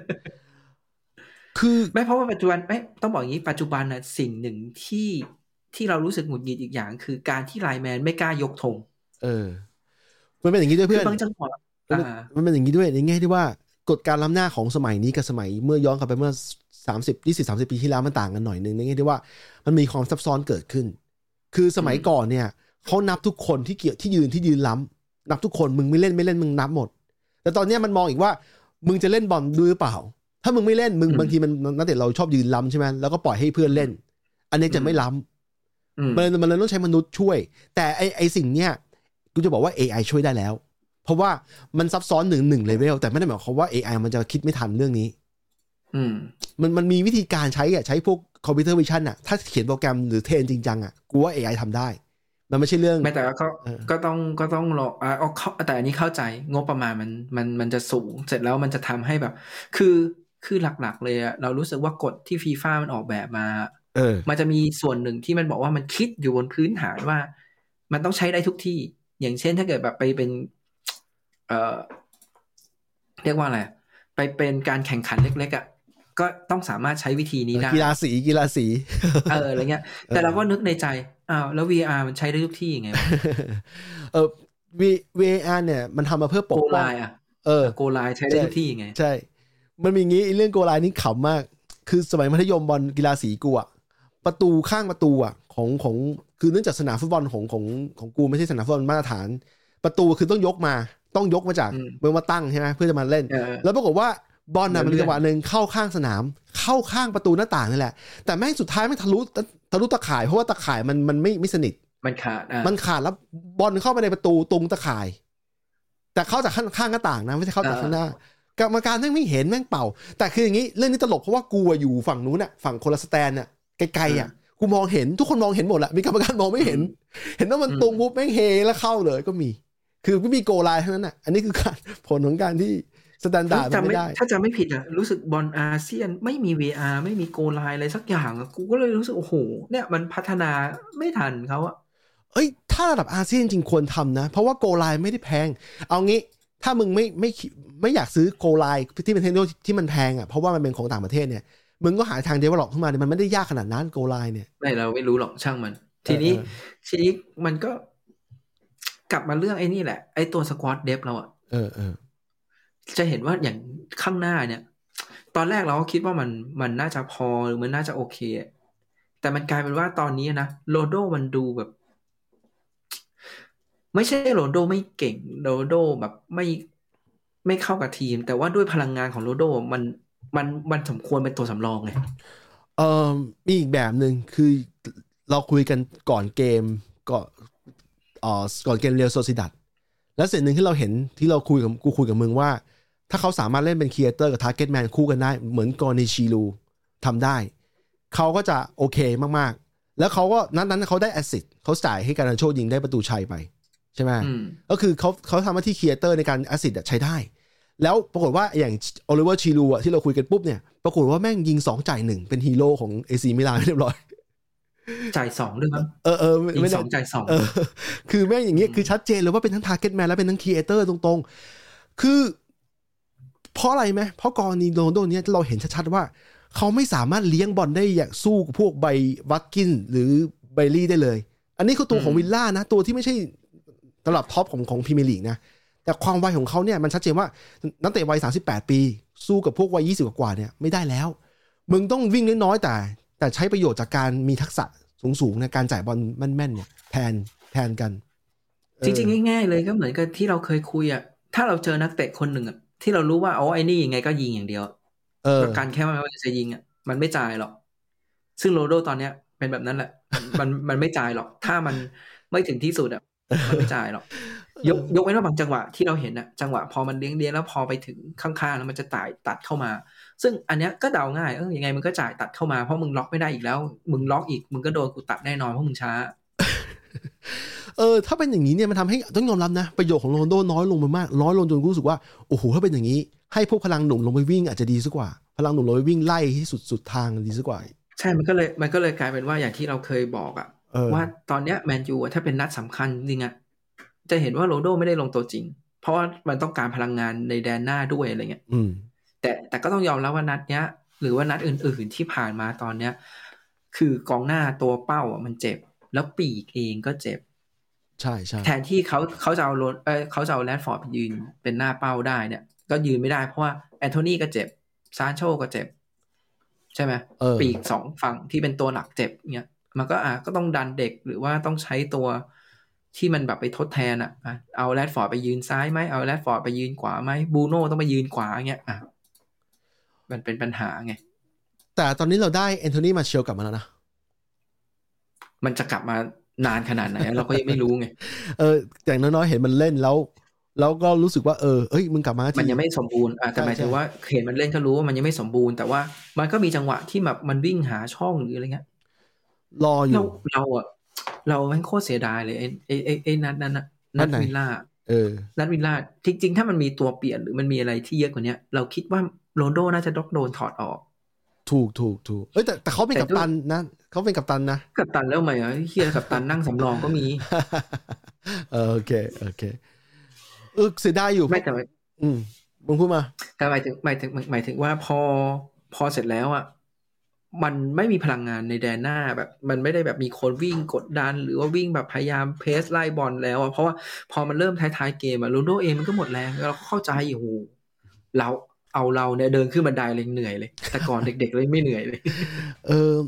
คือไม่เพราะว่าปัจจุบันไม่ต้องบอกอย่างนี้ปัจจุบันน่ะสิ่งหนึ่งที่ที่เรารู้สึกหงุดหงิดอีกอย่างคือการที่ไลน์แมนไม่กล้ายกธงเออมันเป็นอย่างนี้ด้วยเพื่อนบางจังหวะมันเป็นอย่างนี้ด้วยในแง่ที่ว่ากฎการล้ำหน้าของสมัยนี้กับสมัยเมื่อย้อนกลับไปเมื่อสามสิบ ยี่สิบ สามสิบปีที่แล้วมันต่างกันหน่อยนึงในแง่ที่ว่ามันมีความซับซ้อนเกิดขึ้นคือสมัยก่อนเนี่ยเขานับทุกคนที่เกี่ยวที่ยืนที่ยืนล้ำนับทุกคนมึงไม่เล่นไม่เล่นมึงนับหมดแต่ตอนนี้มันมองอีกว่ามึงจะเล่นบอลด้วยหรือเปล่าถ้ามึงไม่เล่นมึงบางทีมันนักเตะเราชอบยืนล้ำใช่ไหมแล้วก็ปล่อยให้เพื่อนเล่นอันนี้จะไม่ล้ำมันมันเลยต้องใช้มนุษย์ช่วยแต่ไอไอสิ่งเนี้ยกูจะบอกว่า เอ ไอ ช่วยได้แล้วเพราะว่ามันซับซ้อนหนึ่งหนึ่งเลเวลแต่ไม่ได้หมายความว่า เอ ไอ มันจะคิดไม่ทันเรื่องนี้มันมันมีวิธีการใช้อ่ะใช้พวกคอมพิวเตอร์วิชั่นอ่ะถ้าเขียนโปรแกรมหรือเทรนจริงจังอ่ะกูว่า เอ ไอ ทำได้มันไม่ใช่เรื่องไม่แต่ก็ก็ต้องก็ต้องรออ่าแต่อันนี้เข้าใจงบประมาณมันมันมันจะสูงเสร็จแล้วมันจะทำให้แบบคือคือหลักๆเลยอะเรารู้สึกว่ากฎที่ฟีฟ่ามันออกแบบมาเออมันจะมีส่วนหนึ่งที่มันบอกว่ามันคิดอยู่บนพื้นฐานว่ามันต้องใช้ได้ทุกที่อย่างเช่นถ้าเกิดแบบไปเป็นเอ่อเรียกว่าอะไรไปเป็นการแข่งขันเล็กๆอะก็ต้องสามารถใช้วิธีนี้ได้กีฬาสีกีฬาสีเอออะไรเงี้ยแต่เราก็นึกในใจอ้าวแล้ว วี อาร์ มันใช้ได้ทุกที่ยังไงวะเออ วี อาร์ เนี่ยมันทำมาเพื่อปกป้องโกไลน์อ่ะเออโกไลน์ใช้ได้ทุกที่ยังไงใช่มันมีงี้เรื่องโกไลน์นี่ขำมากคือสมัยมัธยมบอลกีฬาสีกูอ่ะประตูข้างประตูอ่ะของของคือเนื่องจากสนามฟุตบอลของของของกูไม่ใช่สนามฟุตบอลมาตรฐานประตูคือต้องยกมาต้องยกมาจากเมื่อมาตั้งใช่ไหมเพื่อจะมาเล่นแล้วปรากฏว่าบอลน่ะมันจังหวะนึงเข้าข้างสนามเข้าข้างประตูหน้าต่างนี่แหละแต่แม่งสุดท้ายแม่งทะลุทะลุตะข่ายเพราะว่าตะข่ายมันมันไม่ไม่สนิทมันขาดมันขาดแล้วบอลเข้าไปในประตูตรงตะข่ายแต่เข้าจากข้างข้างหน้าต่างนะไม่ใช่เข้าจากข้างหน้ากรรมการแม่งไม่เห็นแม่งเป่าแต่คืออย่างนี้เรื่องนี้ตลกเพราะว่ากูอยู่ฝั่งนู้นน่ะฝั่งคนละสแตนน่ะไกลๆอ่ะกูมองเห็นทุกคนมองเห็นหมดแหละมีกรรมการมองไม่เห็นเห็นว่ามันตรงปุ๊บแม่งเฮแล้วเข้าเลยก็มีคือไม่มีโกไลน์เท่านั้นน่ะอันนี้คือการผลของการที่สแตนดาร์ดไม่ได้ถ้าจำไม่ผิดอ่ะรู้สึกบอลอาเซียนไม่มี วี อาร์ ไม่มีโกไลน์อะไรสักอย่างอ่ะกูก็เลยรู้สึกโอ้โหเนี่ยมันพัฒนาไม่ทันเขาอ่ะเอ้ยถ้าระดับอาเซียนจริงควรทำนะเพราะว่าโกไลน์ไม่ได้แพงเอางี้ถ้ามึงไม่ไม่ไม่อยากซื้อโกไลน์ที่เป็นเทคโนโลยีที่มันแพงอ่ะเพราะว่ามันเป็นของต่างประเทศเนี่ยมึงก็หาทางเดเวลลอปขึ้นมาเนี่ยมันไม่ได้ยากขนาดนั้นโกไลน์เนี่ยไม่เราไม่รู้หรอกช่างมันทีนี้ทีนี้มันก็กลับมาเรื่องไอ้นี่แหละไอ้ตัวสควอตเดฟเราอ่ะเออเออจะเห็นว่าอย่างข้างหน้าเนี่ยตอนแรกเราก็คิดว่ามันมันน่าจะพอหรือมันน่าจะโอเคแต่มันกลายเป็นว่าตอนนี้นะโรนัลโดมันดูแบบไม่ใช่โรนัลโดไม่เก่งโรนัลโดแบบไม่ไม่เข้ากับทีมแต่ว่าด้วยพลังงานของโรนัลโดมันมันมันสมควรเป็นตัวสำรองไงเออมีอีกแบบนึงคือเราคุยกันก่อนเกมก่อนอ่อก่อนเกมเรียลโซซิดัดแล้วสิ่งหนึ่งที่เราเห็นที่เราคุยกับกูคุยกับมึงว่าถ้าเขาสามารถเล่นเป็นครีเอเตอร์กับทาร์เก็ตแมนคู่กันได้เหมือนกรณีชิลูทำได้เขาก็จะโอเคมากๆแล้วเขาก็นั้นนั้นเขาได้แอสซิสต์เขาจ่ายให้การันโชยิงได้ประตูชัยไปใช่ไหมก็คือเขาเขาทำหน้าที่ครีเอเตอร์ในการแอสซิสต์ใช้ได้แล้วปรากฏว่าอย่างโอลิเวอร์ชิลูอะที่เราคุยกันปุ๊บเนี่ยปรากฏว่าแม่งยิงสองจ่ายหนึ่งเป็นฮีโร่ของเอซีมิลานเรียบร้อยจ่ายสองด้วยมั้งเออเออไม่สองจ่ายสองคือแม่งอย่างเงี้ยคือชัดเจนเลยว่าเป็นทั้งทาร์เก็ตแมนและเป็นทั้งครีเอเตอร์ตรงๆคือเพราะอะไรไหมเพราะกรณีโรนัลโดเนี้ยเราเห็นชัดๆว่าเขาไม่สามารถเลี้ยงบอลได้อย่างสู้กับพวกไบวัตกินหรือไบลี่ได้เลยอันนี้คือตัวของวิลล่านะตัวที่ไม่ใช่ระดับท็อปของของพรีเมียร์ลีกนะแต่ความวัยของเขาเนี่ยมันชัดเจนว่านักเตะวัยสามสิบแปดปีสู้กับพวกวัยยี่สิบกว่าเนี่ยไม่ได้แล้วมึงต้องวิ่งน้อยๆแต่แต่ใช้ประโยชน์จากการมีทักษะสูงๆในการจ่ายบอลแม่นๆเนี่ยแทนแทนกันจริงๆง่ายๆเลยก็เหมือนกับที่เราเคยคุยอ่ะถ้าเราเจอนักเตะคนหนึ่งอ่ะที่เรารู้ว่าอ๋อไอ้นี่ยังไงก็ยิงอย่างเดียวเออการแค่ว่ามันจะยิงอ่ะมันไม่จ่ายหรอกซึ่งโรนัลโดตอนเนี้ยเป็นแบบนั้นแหละมันมันไม่จ่ายหรอกถ้ามันไม่ถึงที่สุดอ่ะมันไม่จ่ายหรอกยกยกเว้นว่าบางจังหวะที่เราเห็นอ่ะจังหวะพอมันเลี้ยงเลี้ยงแล้วพอไปถึงข้างๆแล้วมันจะจ่ายตัดเข้ามาซึ่งอันเนี้ยก็เดาง่ายเออยังไงมึงก็จ่ายตัดเข้ามาเพราะมึงล็อกไม่ได้อีกแล้วมึงล็อกอีกมึงก็โดนกูตัดแน่นอนเพราะมึงช้าเออถ้าเป็นอย่างนี้เนี่ยมันทำให้ต้องยอมรับนะประโยชน์ของโรนัลโดน้อยลงไปมากน้อยลงจนรู้สึกว่าโอ้โหถ้าเป็นอย่างนี้ให้พวกพลังหนุ่มลงไปวิ่งอาจจะดีสักกว่าพลังหนุ่มลงไปวิ่งไล่ที่สุดสุดทางดีสักกว่าใช่มันก็เลยมันก็เลยกลายเป็นว่าอย่างที่เราเคยบอกอะว่าตอนเนี้ยแมนยูถ้าเป็นนัดสำคัญจริงอะจะเห็นว่าโรนัลโดไม่ได้ลงตัวจริงเพราะว่ามันต้องการพลังงานในแดนหน้าด้วยอะไรเงี้ยแต่แต่ก็ต้องยอมรับว่านัดเนี้ยหรือว่านัดอื่นๆที่ผ่านมาตอนเนี้ยคือกองหน้าตัวเป้าอ่ะมันเจ็บแล้วปีกเองก็เจ็บใช่ใช่แทนที่เขาเขาจะเอาโรนเออเขาจะเอาแรดฟอร์ดไปยืนเป็นหน้าเป้าได้เนี่ยก็ยืนไม่ได้เพราะว่าแอนโทนีก็เจ็บซานโชก็เจ็บใช่ไหมปีกสองฝั่งที่เป็นตัวหลักเจ็บเนี่ยมันก็อ่ะก็ต้องดันเด็กหรือว่าต้องใช้ตัวที่มันแบบไปทดแทนอ่ะเอาแรดฟอร์ดไปยืนซ้ายไหมเอาแรดฟอร์ดไปยืนขวาไหมบูโน่ต้องไปยืนขวาเงี้ยอ่ะมันเป็นปัญหาไงแต่ตอนนี้เราได้แอนโทนีมาเชลกลับมาแล้วนะมันจะกลับมานานขนาดไหนเราก็ยังไม่รู้ไงเอออย่างน้อยๆเห็นมันเล่นแล้วแล้วก็รู้สึกว่าเออเอ้ยมึงกลับมามันยังไม่สมบูรณ์อ่ะแต่หมายถึงว่าเห็นมันเล่นก็รู้ว่ามันยังไม่สมบูรณ์แต่ว่ามันก็มีจังหวะที่แบบมันวิ่งหาช่องหรืออะไรเงี้ยรออยู่เราเราอ่ะเราแม่งโคตรเสียดายเลยไอ้ไอ้ไอ้ไอ้นัดนั้นน่ะนัดวิลล่าเออนัดวิลล่าจริงๆถ้ามันมีตัวเปลี่ยนหรือมันมีอะไรที่เยอะกว่านี้เราคิดว่าโรนัลโดน่าจะโดนถอดออกถูกถูกถูกเอ้ยแต่แต่เขาเป็นกัปตันนะเขาเป็นกัปตันนะกัปตันแล้วไหมอ่ะเฮียกัปตันนั่งสำรองก็มีโอเคโอเคเออเสียดายอยู่ไม่แต่อืมมึงพูดมาแต่หมายถึงหมายถึงหมายถึงว่าพอพอเสร็จแล้วอ่ะมันไม่มีพลังงานในแดนหน้าแบบมันไม่ได้แบบมีคนวิ่งกดดันหรือว่าวิ่งแบบพยายามเพสไล่บอลแล้วอ่ะเพราะว่าพอมันเริ่มท้ายๆเกมอ่ะโรนัลโดเองมันก็หมดแรงเราก็เข้าใจอยู่โหเราเอาเราเนี่ยเดินขึ้นบันไดเลยเหนื่อยเลยแต่ก่อนเด็กๆเลยไม่เหนื่อยเลยเออ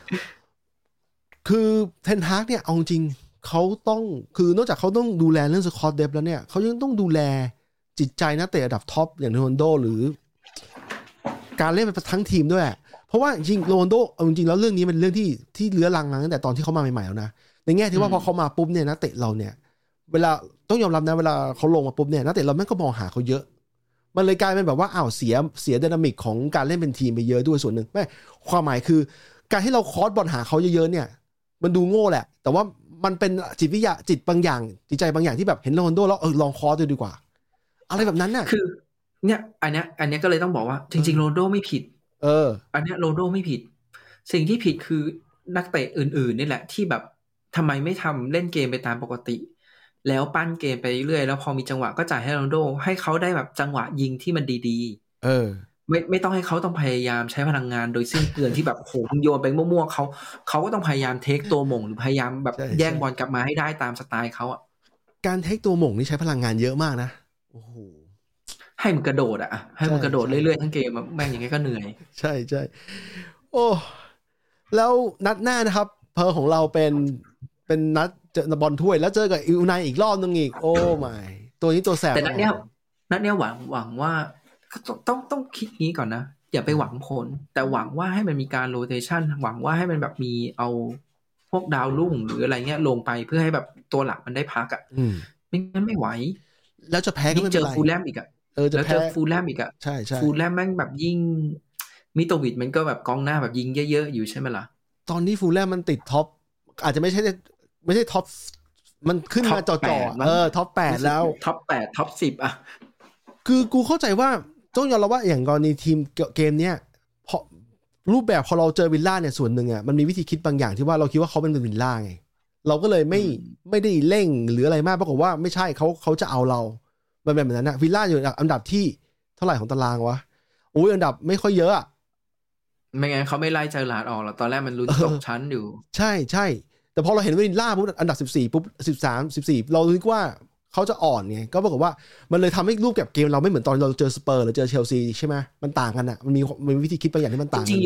คือเทนฮากเนี่ยเอาจริงเขาต้องคือนอกจากเขาต้องดูแลเรื่องสควอตเดฟแล้วเนี่ยเขายังต้องดูแลจิตใจนักเตะระดับท็อปอย่างโรนัลโดหรือการเล่นเป็นทั้งทีมด้วยเพราะว่าจริงโรนัลโดเอาจริงแล้วเรื่องนี้เป็นเรื่องที่ที่เลื้อรังมาตั้งแต่ตอนที่เขามาใหม่ๆแล้วนะในแง่ที่ว่าพอเขามาปุ๊บเนี่ยนักเตะเราเนี่ยเวลาต้องยอมรับนะเวลาเขาลงมาปุ๊บเนี่ยนักเตะเราแม่งก็มองหาเขาเยอะมันเลยกลายเป็นแบบว่าอ้าวเสียเสียไดนามิกของการเล่นเป็นทีมไปเยอะด้วยส่วนหนึ่งไม่ความหมายคือการที่เราคอร์สบอลหาเขาเยอะๆเนี่ยมันดูโง่แหละแต่ว่ามันเป็นจิตวิทยาจิตบางอย่างจิตใจบางอย่างที่แบบเห็นโรนัลโดแล้วเออลองคอร์สดูดีกว่าอะไรแบบนั้นน่ะคือเนี่ยอันเนี้ยอันเนี้ยก็เลยต้องบอกว่าจริงๆโรนัลโดไม่ผิดเอออันเนี้ยโรนัลโดไม่ผิดสิ่งที่ผิดคือนักเตะอื่นๆนี่แหละที่แบบทำไมไม่ทำเล่นเกมไปตามปกติแล้วปั้นเกมไปเรื่อยแล้วพอมีจังหวะก็จ่ายให้โรนัลโดให้เขาได้แบบจังหวะยิงที่มันดีๆเออไม่ไม่ต้องให้เขาต้องพยายามใช้พลังงานโดยสิ้นเปลืองที่แบบโหโยนไปมั่วๆเขาเขาก็ต้องพยายามเทคตัวหม่งหรือพยายามแบบแย่งบอลกลับมาให้ได้ตามสไตล์เขาอ่ะการเทคตัวหม่งนี่ใช้พลังงานเยอะมากนะโอ้โหให้มันกระโดดอ่ะให้มันกระโดดเรื่อยๆทั้งเกมแม่งอย่างงี้ก็เหนื่อยใช่ใช่โอ้แล้วนัดหน้านะครับเพอของเราเป็นเป็นนัดเจอบอลถ้วยแล้วเจอกับอิวไนอีกรอบนึงอีกโอ้ไม่ตัวนี้ตัวแสบแต่นัดเนี้ยนัดเนี้ยหวังหวังว่าต้องต้องต้องคิดงี้ก่อนนะอย่าไปหวังผลแต่หวังว่าให้มันมีการโรเทชันหวังว่าให้มันแบบมีเอาพวกดาวรุ่งหรืออะไรเงี้ยลงไปเพื่อให้แบบตัวหลักมันได้พักอ่ะไม่งั้นไม่ไหวแล้วจะแพ้ก็ไม่เป็นไรเจอฟูลแลมอีกอ่ะเออจะแพ้ฟูลแลมอีกอ่ะใช่ใช่ฟูลแลมแม่งแบบยิ่งมิโตวิชมันก็แบบกองหน้าแบบยิงเยอะๆอยู่ใช่ไหมล่ะตอนนี้ฟูลแลมมันติดท็อปอาจจะไม่ใช่ไม่ใช่ท็อปมันขึ้นมาจ่อๆเออท็อปแปดแล้วท็อปแปดท็อปสิบอ่ะคือกูเข้าใจว่าต้องยอมรับว่าอย่างกรณีทีมเกมเนี้ยพอรูปแบบพอเราเจอวิลล่าเนี่ยส่วนหนึ่งอ่ะมันมีวิธีคิดบางอย่างที่ว่าเราคิดว่าเขาเป็นวิลล่าไงเราก็เลยไม่ไม่ได้เร่งหรืออะไรมากปรากฏว่าไม่ใช่เขาเขาจะเอาเรามันเป็นแบบนั้นนะวิลล่าอยู่อันดับที่เท่าไหร่ของตารางวะโอ้ยอันดับไม่ค่อยเยอะอ่ะไม่งั้นเขาไม่ไล่เจอหลาดออกหรอกตอนแรกมันลุ้นตกชั้นอยู่ใช่ใช่แต่พอเราเห็นวิลล่าปุ๊บอันดับสิบสี่ปุ๊บสิบสาม สิบสี่เราคิดว่าเขาจะอ่อนไงก็ปรากฏว่ามันเลยทำให้รูปแบบเกมเราไม่เหมือนตอนเราเจอสเปอร์หรือเจอเชลซีใช่ไหมมันต่างกันอ่ะมันมีมันมีวิธีคิดบางอย่างที่มันต่างจริงๆอยู่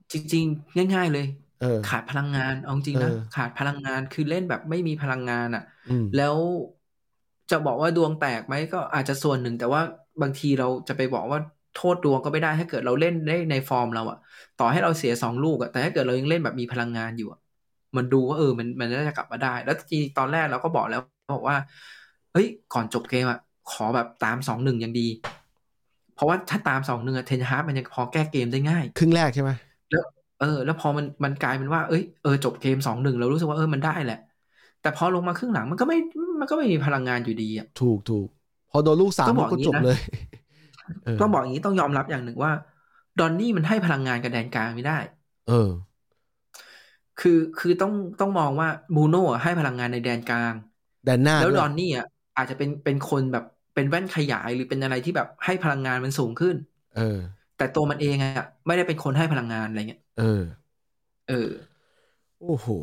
จริงๆง่ายๆเลยเออขาดพลังงานเอาจริงนะขาดพลังงานคือเล่นแบบไม่มีพลังงานอ่ะแล้วจะบอกว่าดวงแตกไหมก็อาจจะส่วนหนึ่งแต่ว่าบางทีเราจะไปบอกว่าโทษดวงก็ไม่ได้ถ้าเกิดเราเล่นได้ในฟอร์มเราอ่ะต่อให้เราเสียสองลูกอ่ะแต่ถ้าเกิดเรายังเล่นแบบมีพลังงานอยู่มันดูว่าเออมันมันจะกลับมาได้แล้วจริงตอนแรกเราก็บอกแล้วบอกว่าเฮ้ยก่อนจบเกมอ่ะขอแบบตามสองหนึ่งยังดีเพราะว่าถ้าตามสองหนึ่งเทนฮาร์ดมันยังพอแก้เกมได้ง่ายครึ่งแรกใช่ไหมแล้วเออแล้วพอมันมันกลายเป็นว่าเอ้ยเออจบเกมสองหนึ่งเรารู้สึกว่าเออมันได้แหละแต่พอลงมาครึ่งหลังมันก็ไม่มันก็ไม่มีพลังงานอยู่ดีอ่ะถูกถูกพอโดนลูกสามก็จบเลยต้องบอกอย่างนี้ต้องยอมรับอย่างหนึ่งว่าดอนนี่มันให้พลังงานกับแดนกลางไม่ได้เออคือคือต้องต้องมองว่าบูโน่ให้พลังงานในแดนกลางแดนหน้าแล้วดอนนี่อ่ะอาจจะเป็นเป็นคนแบบเป็นแว่นขยายหรือเป็นอะไรที่แบบให้พลังงานมันสูงขึ้นเออแต่ตัวมันเองอ่ะไม่ได้เป็นคนให้พลังงานอะไรเงี้ยเออเออโอ้โห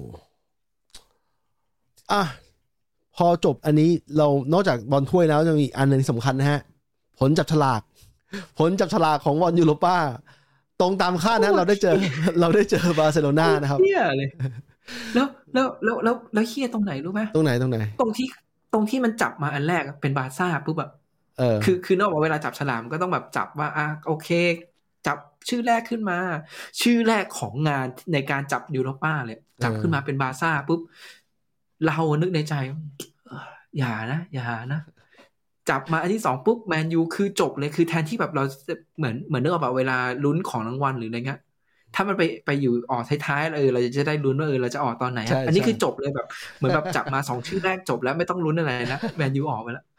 อ่ะพอจบอันนี้เรานอกจากบอลถ้วยแล้วจะมีอันนึงสำคัญนะฮะผลจับฉลากผลจับฉลากของบอลยูโรป้าตรงตามคาดนะเราได้เจอเราได้เจอบาร์เซโลนานะครับเฮี้ยเลยแล้วแล้วแล้วแล้วแล้วเฮี้ยตรงไหนรู้ไหมตรงไหนตรงไหนตรงที่ตรงที่มันจับมาอันแรกเป็นบาร์ซ่าปุ๊บแบบเออคือคือนอกจากเวลาจับฉลากก็ต้องแบบจับว่าอ่ะโอเคจับชื่อแรกขึ้นมาชื่อแรกของงานในการจับยูโรป้าเลยจับขึ้นมาเป็นบาร์ซ่าปุ๊บเรานึกในใจอย่านะอย่านะจับมาอันที่สองปุ๊บแมนยูคือจบเลยคือแทนที่แบบเราเหมือนเหมือนนึกออกแบบเวลาลุ้นของรางวัลหรืออะไรเงี้ยถ้ามันไปไปอยู่ออกท้ายๆเออเราจะได้ลุ้นว่าเออเราจะออกตอนไหนอันนี้คือจบเลยแบบเหมือนแบบจับมาสองชื่อแรกจบแล้วไม่ต้องลุ้นอะไรนะแมนยูออกไปแล้ว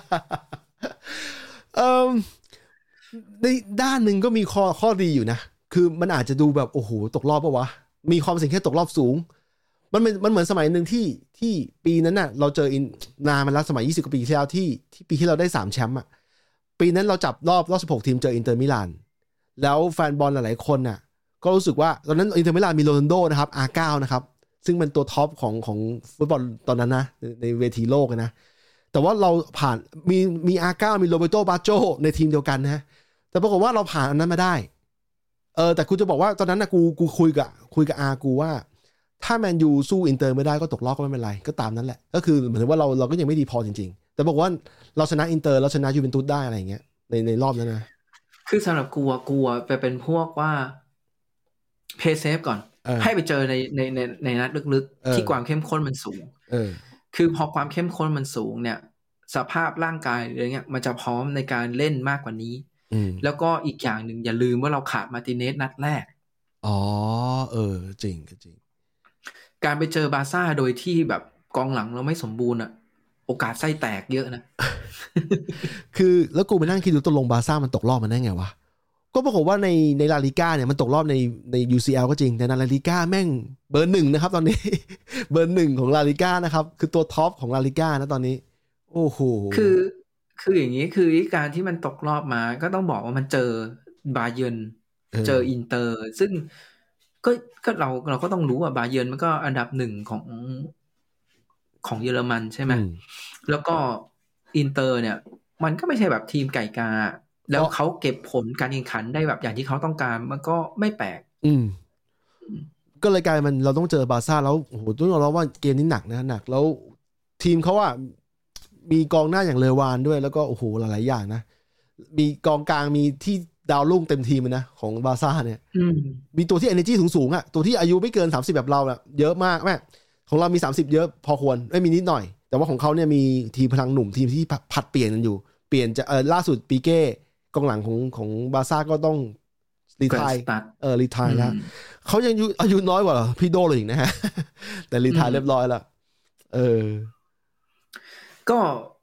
เอ่อในด้านหนึ่งก็มีข้อข้อดีอยู่นะคือมันอาจจะดูแบบโอ้โหตกรอบปะวะมีความเสี่ยงแค่ตกรอบสูงมันเป็นมันเหมือนสมัยหนึ่งที่ที่ปีนั้นน่ะเราเจออินนามันแล้วสมัยยี่สิบกว่าปีที่แล้วที่ที่ปีที่เราได้สามแชมป์อ่ะปีนั้นเราจับรอบรอบสิบหกทีมเจออินเตอร์มิลานแล้วแฟนบอลหลายๆคนน่ะก็รู้สึกว่าตอนนั้นอินเตอร์มิลานมีโรนัลโดนะครับ อาร์ ไนน์ นะครับซึ่งเป็นตัวท็อปของของฟุตบอลตอนนั้นนะในเวทีโลกนะแต่ว่าเราผ่านมีมี อาร์ ไนน์ มีโรเบโต บาโจในทีมเดียวกันนะแต่ปรากฏว่าเราผ่านอันนั้นมาได้เออแต่กูจะบอกว่าตอนนั้นนะกูกูคุยกับคุยกับอากูว่าถ้าแมนยูสู้อินเตอร์ไม่ได้ก็ตกรอบก็ไม่เป็นไรก็ตามนั้นแหละก็คือเหมือนว่าเราเราก็ยังไม่ดีพอจริงๆแต่บอกว่าเราชนะอินเตอร์เราชนะยูเวนตุสได้อะไรอย่างเงี้ยในในรอบนั้นนะคือสำหรับกูอะกูอะไปเป็นพวกว่าเพย์เซฟก่อนให้ไปเจอในในในในนัดลึกๆที่ความเข้มข้นมันสูงเออคือพอความเข้มข้นมันสูงเนี่ยสภาพร่างกายอะไรเงี้ยมันจะพร้อมในการเล่นมากกว่านี้แล้วก็อีกอย่างหนึ่งอย่าลืมว่าเราขาดมาร์ติเนสนัดแรกอ๋อเออจริงก็จริงการไปเจอบาร์ซ่าโดยที่แบบกองหลังเราไม่สมบูรณ์อะโอกาสไส้แตกเยอะนะคือแล้วกูไปนั่งคิดดูตกลงบาร์ซ่ามันตกรอบมันได้ไงวะก็ปรากฏว่าในในลาลิก้าเนี่ยมันตกรอบในใน ยู ซี แอล ก็จริงแต่ในลาลิก้าแม่งเบอร์หนึ่งนะครับตอนนี้เบอร์หนึ่งของลาลิก้านะครับคือตัวท็อปของลาลิก้านะตอนนี้โอ้โหคือคืออย่างนี้คือการที่มันตกรอบมาก็ต้องบอกว่ามันเจอบาเยิร์นเจออินเตอร์ซึ่งก็ก็เราเราก็ต้องรู้ว่าบาเยิร์นมันก็อันดับหนึ่งของของเยอรมันใช่ไหมแล้วก็อินเตอร์เนี่ยมันก็ไม่ใช่แบบทีมไก่กาแล้วเขาเก็บผลการแข่งขันได้แบบอย่างที่เขาต้องการมันก็ไม่แปลกอืมก็เลยกลายมันเราต้องเจอบาร์ซ่าแล้วโอ้โหต้องยอมรับว่าเกมนี้หนักนะหนักแล้วทีมเขาอะมีกองหน้าอย่างเลวานด้วยแล้วก็โอ้โหหลายๆอย่างนะมีกองกลางมีที่ดาวรุ่งเต็มทีมนะของบาร์ซ่าเนี่ยมีตัวที่ energy สูงๆอ่ะตัวที่อายุไม่เกินสามสิบแบบเราอ่ะเยอะมากแม่ของเรามีสามสิบเยอะพอควรไม่มีนิดหน่อยแต่ว่าของเขาเนี่ยมีทีมพลังหนุ่มทีมที่ผัดเปลี่ยนกันอยู่เปลี่ยนจะเออล่าสุดปีเก้กองหลังของของบาร์ซ่าก็ต้องรีไทร์เออรีไทร์แล้วเขายังอายุน้อยกว่าพี่โดเลยอีกนะฮะแต่รีไทร์เรียบร้อยแล้วเออก็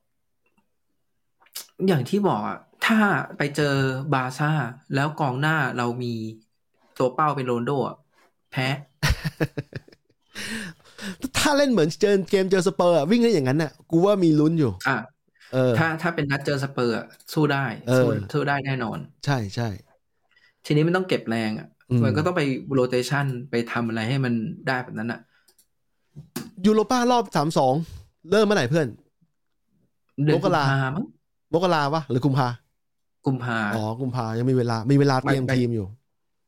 อย่างที่บอกอ่ะถ้าไปเจอบาร์ซ่าแล้วกองหน้าเรามีตัวเป้าเป็นโรนโดอ่ะแพ้ถ้าเล่นเหมือนเจอเกมเจอสเปอร์วิ่งได้อย่างนั้นน่ะกูว่ามีลุ้นอยู่อ่ะเออถ้าถ้าเป็นนัดเจอสเปอร์สู้ได้สู้สู้ได้แน่นอนใช่ใช่ทีนี้มันต้องเก็บแรงอ่ะมันก็ต้องไปโรเตชันไปทำอะไรให้มันได้แบบนั้นอ่ะยูโรป้ารอบสามสองเริ่มเมื่อไหร่เพื่อนมกรามั้งมกราวะหรือกุมภากุมภาอ๋อกุมภายังมีเวลามีเวลาเตรียมทีมอยู่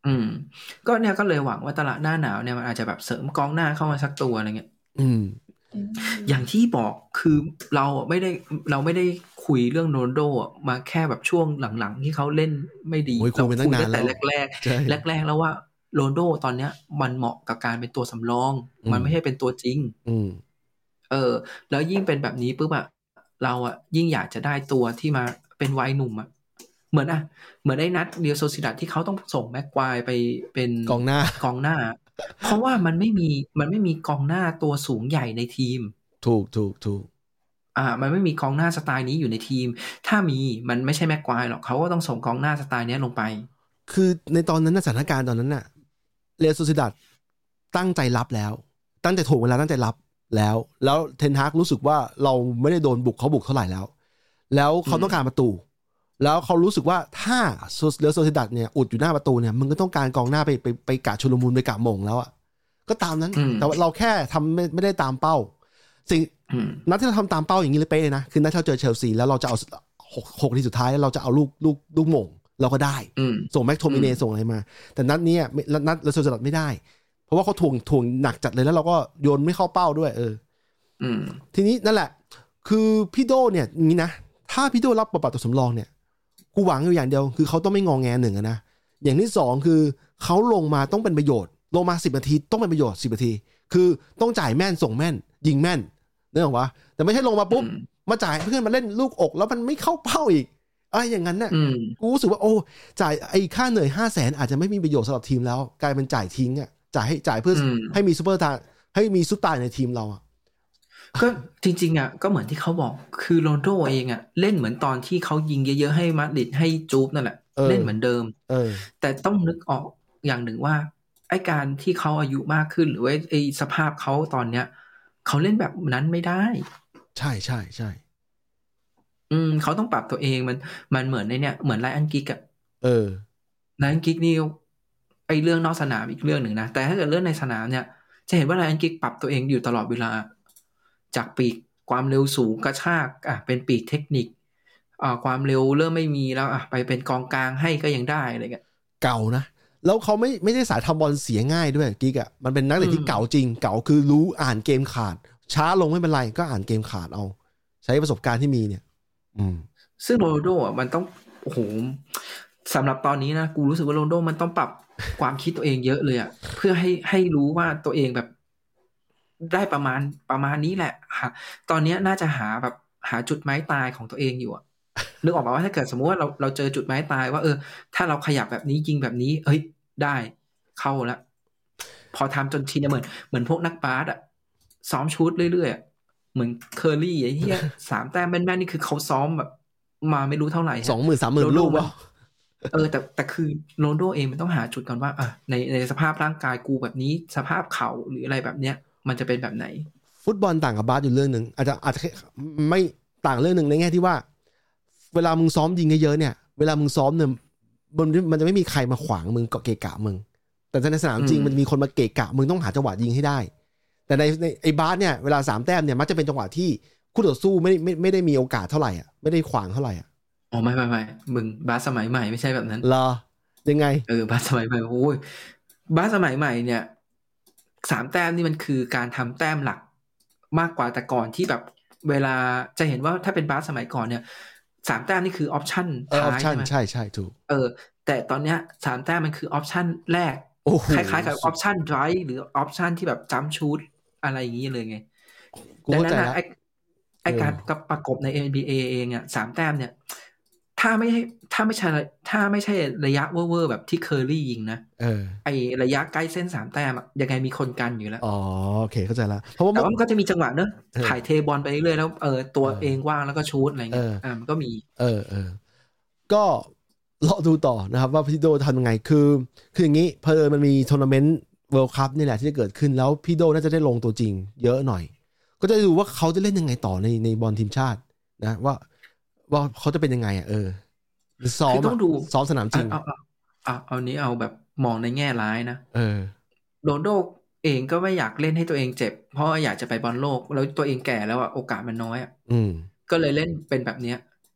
อืมก็เนี่ยก็เลยหวังว่าตลาดหน้าหนาวเนี่ยมันอาจจะแบบเสริมกองหน้าเข้ามาสักตัวอะไรเงี้ยอืมอย่างที่บอกคือเราไม่ได้เราไม่ได้คุยเรื่องโรนลโดมาแค่แบบช่วงหลังๆที่เขาเล่นไม่ดีเราคุยตั้งแต่แรกๆแรกๆแล้วว่าโรนลโดตอนเนี้ยมันเหมาะกับการเป็นตัวสำรองมันไม่ใช่เป็นตัวจริงเออแล้วยิ่งเป็นแบบนี้ปุ๊บอะเราอะยิ่งอยากจะได้ตัวที่มาเป็นวัยหนุ่มอะเหมือนอะเหมือนไอ้นัดเรียวโซซิดัดที่เขาต้องส่งแม็กควายไปเป็นกองหน้ากองหน้าเพราะว่ามันไม่มีมันไม่มีกองหน้าตัวสูงใหญ่ในทีมถูกถูกถูกอ่ามันไม่มีกองหน้าสไตล์นี้อยู่ในทีมถ้ามีมันไม่ใช่แม็กควายหรอกเขาก็ต้องส่งกองหน้าสไตล์นี้ลงไปคือในตอนนั้นสถานการณ์ตอนนั้นน่ะเรอัลโซซิดัดตั้งใจรับแล้วตั้งใจถูกเวลาตั้งใจรับแล้วแล้วเทนฮากรู้สึกว่าเราไม่ได้โดนบุกเขาบุกเท่าไหร่แล้วแล้วเขาต้องการประตูแล้วเขารู้สึกว่าถ้าเรอัลโซซิดัดเนี่ยอุดอยู่หน้าประตูเนี่ยมึงก็ต้องการกองหน้าไปไปไปกะชุลมุนไปกะมงแล้วอ่ะก็ตามนั้นแต่ว่าเราแค่ทำไม่ไม่ได้ตามเป้าสิ่งนัดที่เราทำตามเป้าอย่างนี้เลยเป๊ะเลยนะคือนัดที่เราเจอเชลซีแล้วเราจะเอาหกหกทีสุดท้ายแล้วเราจะเอาลูกลูกลูกหม่งเราก็ได้ส่งแม็กโทมิเนส่งอะไรมาแต่นัดนี้นัดเราโซลัดไม่ได้เพราะว่าเขาถ่วงถ่วงหนักจัดเลยแล้วเราก็โยนไม่เข้าเป้าด้วยเออทีนี้นั่นแหละคือพี่โดเนี่ยนี้นะถ้าพี่โดรับบทบาทตัวสำรองเนี่ยกูหวังอยู่อย่างเดียวคือเขาต้องไม่งอแงหนึ่งนะอย่างที่สองคือเขาลงมาต้องเป็นประโยชน์ลงมาสิบนาทีต้องเป็นประโยชน์สิบนาทีคือต้องจ่ายแม่นส่งแม่นยิงแม่นนึกออกปะแต่ไม่ใช่ลงมาปุ๊บมาจ่ายเพื่อนมาเล่นลูกอกแล้วมันไม่เข้าเป้าอีกอะไรอย่างนั้นน่ะกูรู้สึกว่าโอ้จ่ายไอ้ค่าเหนื่อยห้าแสนอาจจะไม่มีประโยชน์สำหรับทีมแล้วกลายเป็นจ่ายทิ้งอ่ะจ่ายให้จ่ายเพื่อให้มีซูเปอร์ตาให้มีซุปตาในทีมเราอ่ะก็จริงๆอ่ะก็เหมือนที่เขาบอกคือโรนลโดเองอ่ะเล่นเหมือนตอนที่เขายิงเยอะๆให้มาดริดให้จูบนั่นแหละเล่นเหมือนเดิมแต่ต้องนึกออกอย่างหนึ่งว่าไอ้การที่เขาอายุมากขึ้นหรือว่าไอ้สภาพเขาตอนเนี้ยเขาเล่นแบบนั้นไม่ได้ใช่ใช่ใช่อืมเขาต้องปรับตัวเองมันมันเหมือนในเนี่ยเหมือนไลออนกิกอ่ะเออไลออนกิกนี่ไอ้เรื่องนอกสนามอีกเรื่องหนึ่งนะแต่ถ้าเกิดเรื่องในสนามเนี่ยจะเห็นว่าไลออนกิกปรับตัวเองอยู่ตลอดเวลาจากปีกความเร็วสูงกระชากอ่ะเป็นปีกเทคนิคอ่าความเร็วเริ่มไม่มีแล้วอ่ะไปเป็นกองกลางให้ก็ยังได้อะไรเงี้ยเก่านะแล้วเขาไม่ไม่ได้สายทำบอลเสียง่ายด้วยกิ๊กอ่ะมันเป็นนักเตะที่เก่าจริงเก่าคือรู้อ่านเกมขาดช้าลงไม่เป็นไรก็อ่านเกมขาดเอาใช้ประสบการณ์ที่มีเนี่ยอืมซึ่งโรนัลโดอ่ะมันต้องโอ้โหสำหรับตอนนี้นะกูรู้สึกว่าโรนัลโดมันต้องปรับความคิดตัวเองเยอะเลยอ่ะเพื่อให้ให้รู้ว่าตัวเองแบบได้ประมาณประมาณนี้แหละค่ะตอนนี้น่าจะหาแบบหาจุดไม้ตายของตัวเองอยู่อ่ะนึกออกมาว่าถ้าเกิดสมมติว่าเราเราเจอจุดไม้ตายว่าเออถ้าเราขยับแบบนี้ยิงแบบนี้เฮ้ยได้เข้าแล้วพอทำจนชินเหมือนเหมือนพวกนักบาสอ่ะซ้อมชุดเรื่อยๆเหมือนเคอร์รี่ไอ้เหี้ยสามแต้มแม่นๆนี่คือเขาซ้อมแบบมาไม่รู้เท่าไหร่สองหมื่นสามหมื่นลูกวะเออแต่แต่คือโรนัลโดเองมันต้องหาจุดก่อนว่าอ่ะในในสภาพร่างกายกูแบบนี้สภาพเข่าหรืออะไรแบบเนี้ยมันจะเป็นแบบไหนฟุตบอลต่างกับบาสอยู่เรื่องนึงอาจจะอาจจะไม่ต่างเรื่องนึงในแง่ที่ว่าเวลามึงซ้อมยิงเยอะๆเนี่ยเวลามึงซ้อมเนี่ยมันมันจะไม่มีใครมาขวางมึงเกาะเกะกะมึงแต่ในสนามจริงมันมีคนมาเกะกะมึงต้องหาจังหวะยิงให้ได้แต่ในในไอ้บาสเนี่ยเวลาสามแต้มเนี่ยมักจะเป็นจังหวะที่คู่ต่อสู้ไม่ไม่ไม่ได้มีโอกาสเท่าไหร่อ่ะไม่ได้ขวางเท่าไหร่อ่ะอ๋อไม่ไม่ไม่มึงบาสสมัยใหม่ไม่ใช่แบบนั้นเหรอยังไงเออบาสสมัยใหม่โอ้ยบาสสมัยใหม่เนี่ยสามแต้มนี่มันคือการทำแต้มหลักมากกว่าแต่ก่อนที่แบบเวลาจะเห็นว่าถ้าเป็นบาสสมัยก่อนเนี่ยสามแต้มนี่คือออปชั่นท้ายใช่ไหมใช่ใช่ถูกเออแต่ตอนเนี้ยสามแต้มมันคือออปชั่นแรกคล้ายๆกับออปชั่นไดรฟ์หรือออปชั่นที่แบบจัมป์ชูตอะไรอย่างนี้เลยไงดังนั้นนะไอไอการกับประกบใน เอ็น บี เอ เองอ่ะสามแต้มเนี่ยถ้าไม่ถ้าไม่ใช่ถ้าไม่ใช่ระยะเวอร์ๆแบบที่เคอร์รี่ยิงนะเออไอระยะใกล้เส้นสามแต้มอ่ะยังไงมีคนกันอยู่แล้วอ๋อโอเคเข้าใจแล้วเพราะว่าแต่ว่ามันก็จะมีจังหวะเนอะถ่ายเทบอลไปเรื่อยๆแล้วเออตัวเองว่างแล้วก็ชูตอะไรเงี้ยอ่ามันก็มีเออเออก็รอดูต่อนะครับว่าพี่โดทำยังไงคือคืออย่างนี้เพอมันมีทัวร์นาเมนต์เวิลด์คัพนี่แหละที่จะเกิดขึ้นแล้วพี่โดน่าจะได้ลงตัวจริงเยอะหน่อยก็จะดูว่าเขาจะเล่นยังไงต่อในในบอลทีมชาตินะว่าว่าเขาจะเป็นยังไงอ่ะเออซ้อมต้องดูซ้อมสนามจริงเอาเอาเอาเอานี้เอาแบบมองในแง่ร้ายนะเออโรนัลโดเองก็ไม่อยากเล่นให้ตัวเองเจ็บเพราะอยากจะไปบอลโลกแล้วตัวเองแก่แล้วอ่ะโอกาสมันน้อยอ่ะก็เลยเล่นเป็นแบบเนี้ย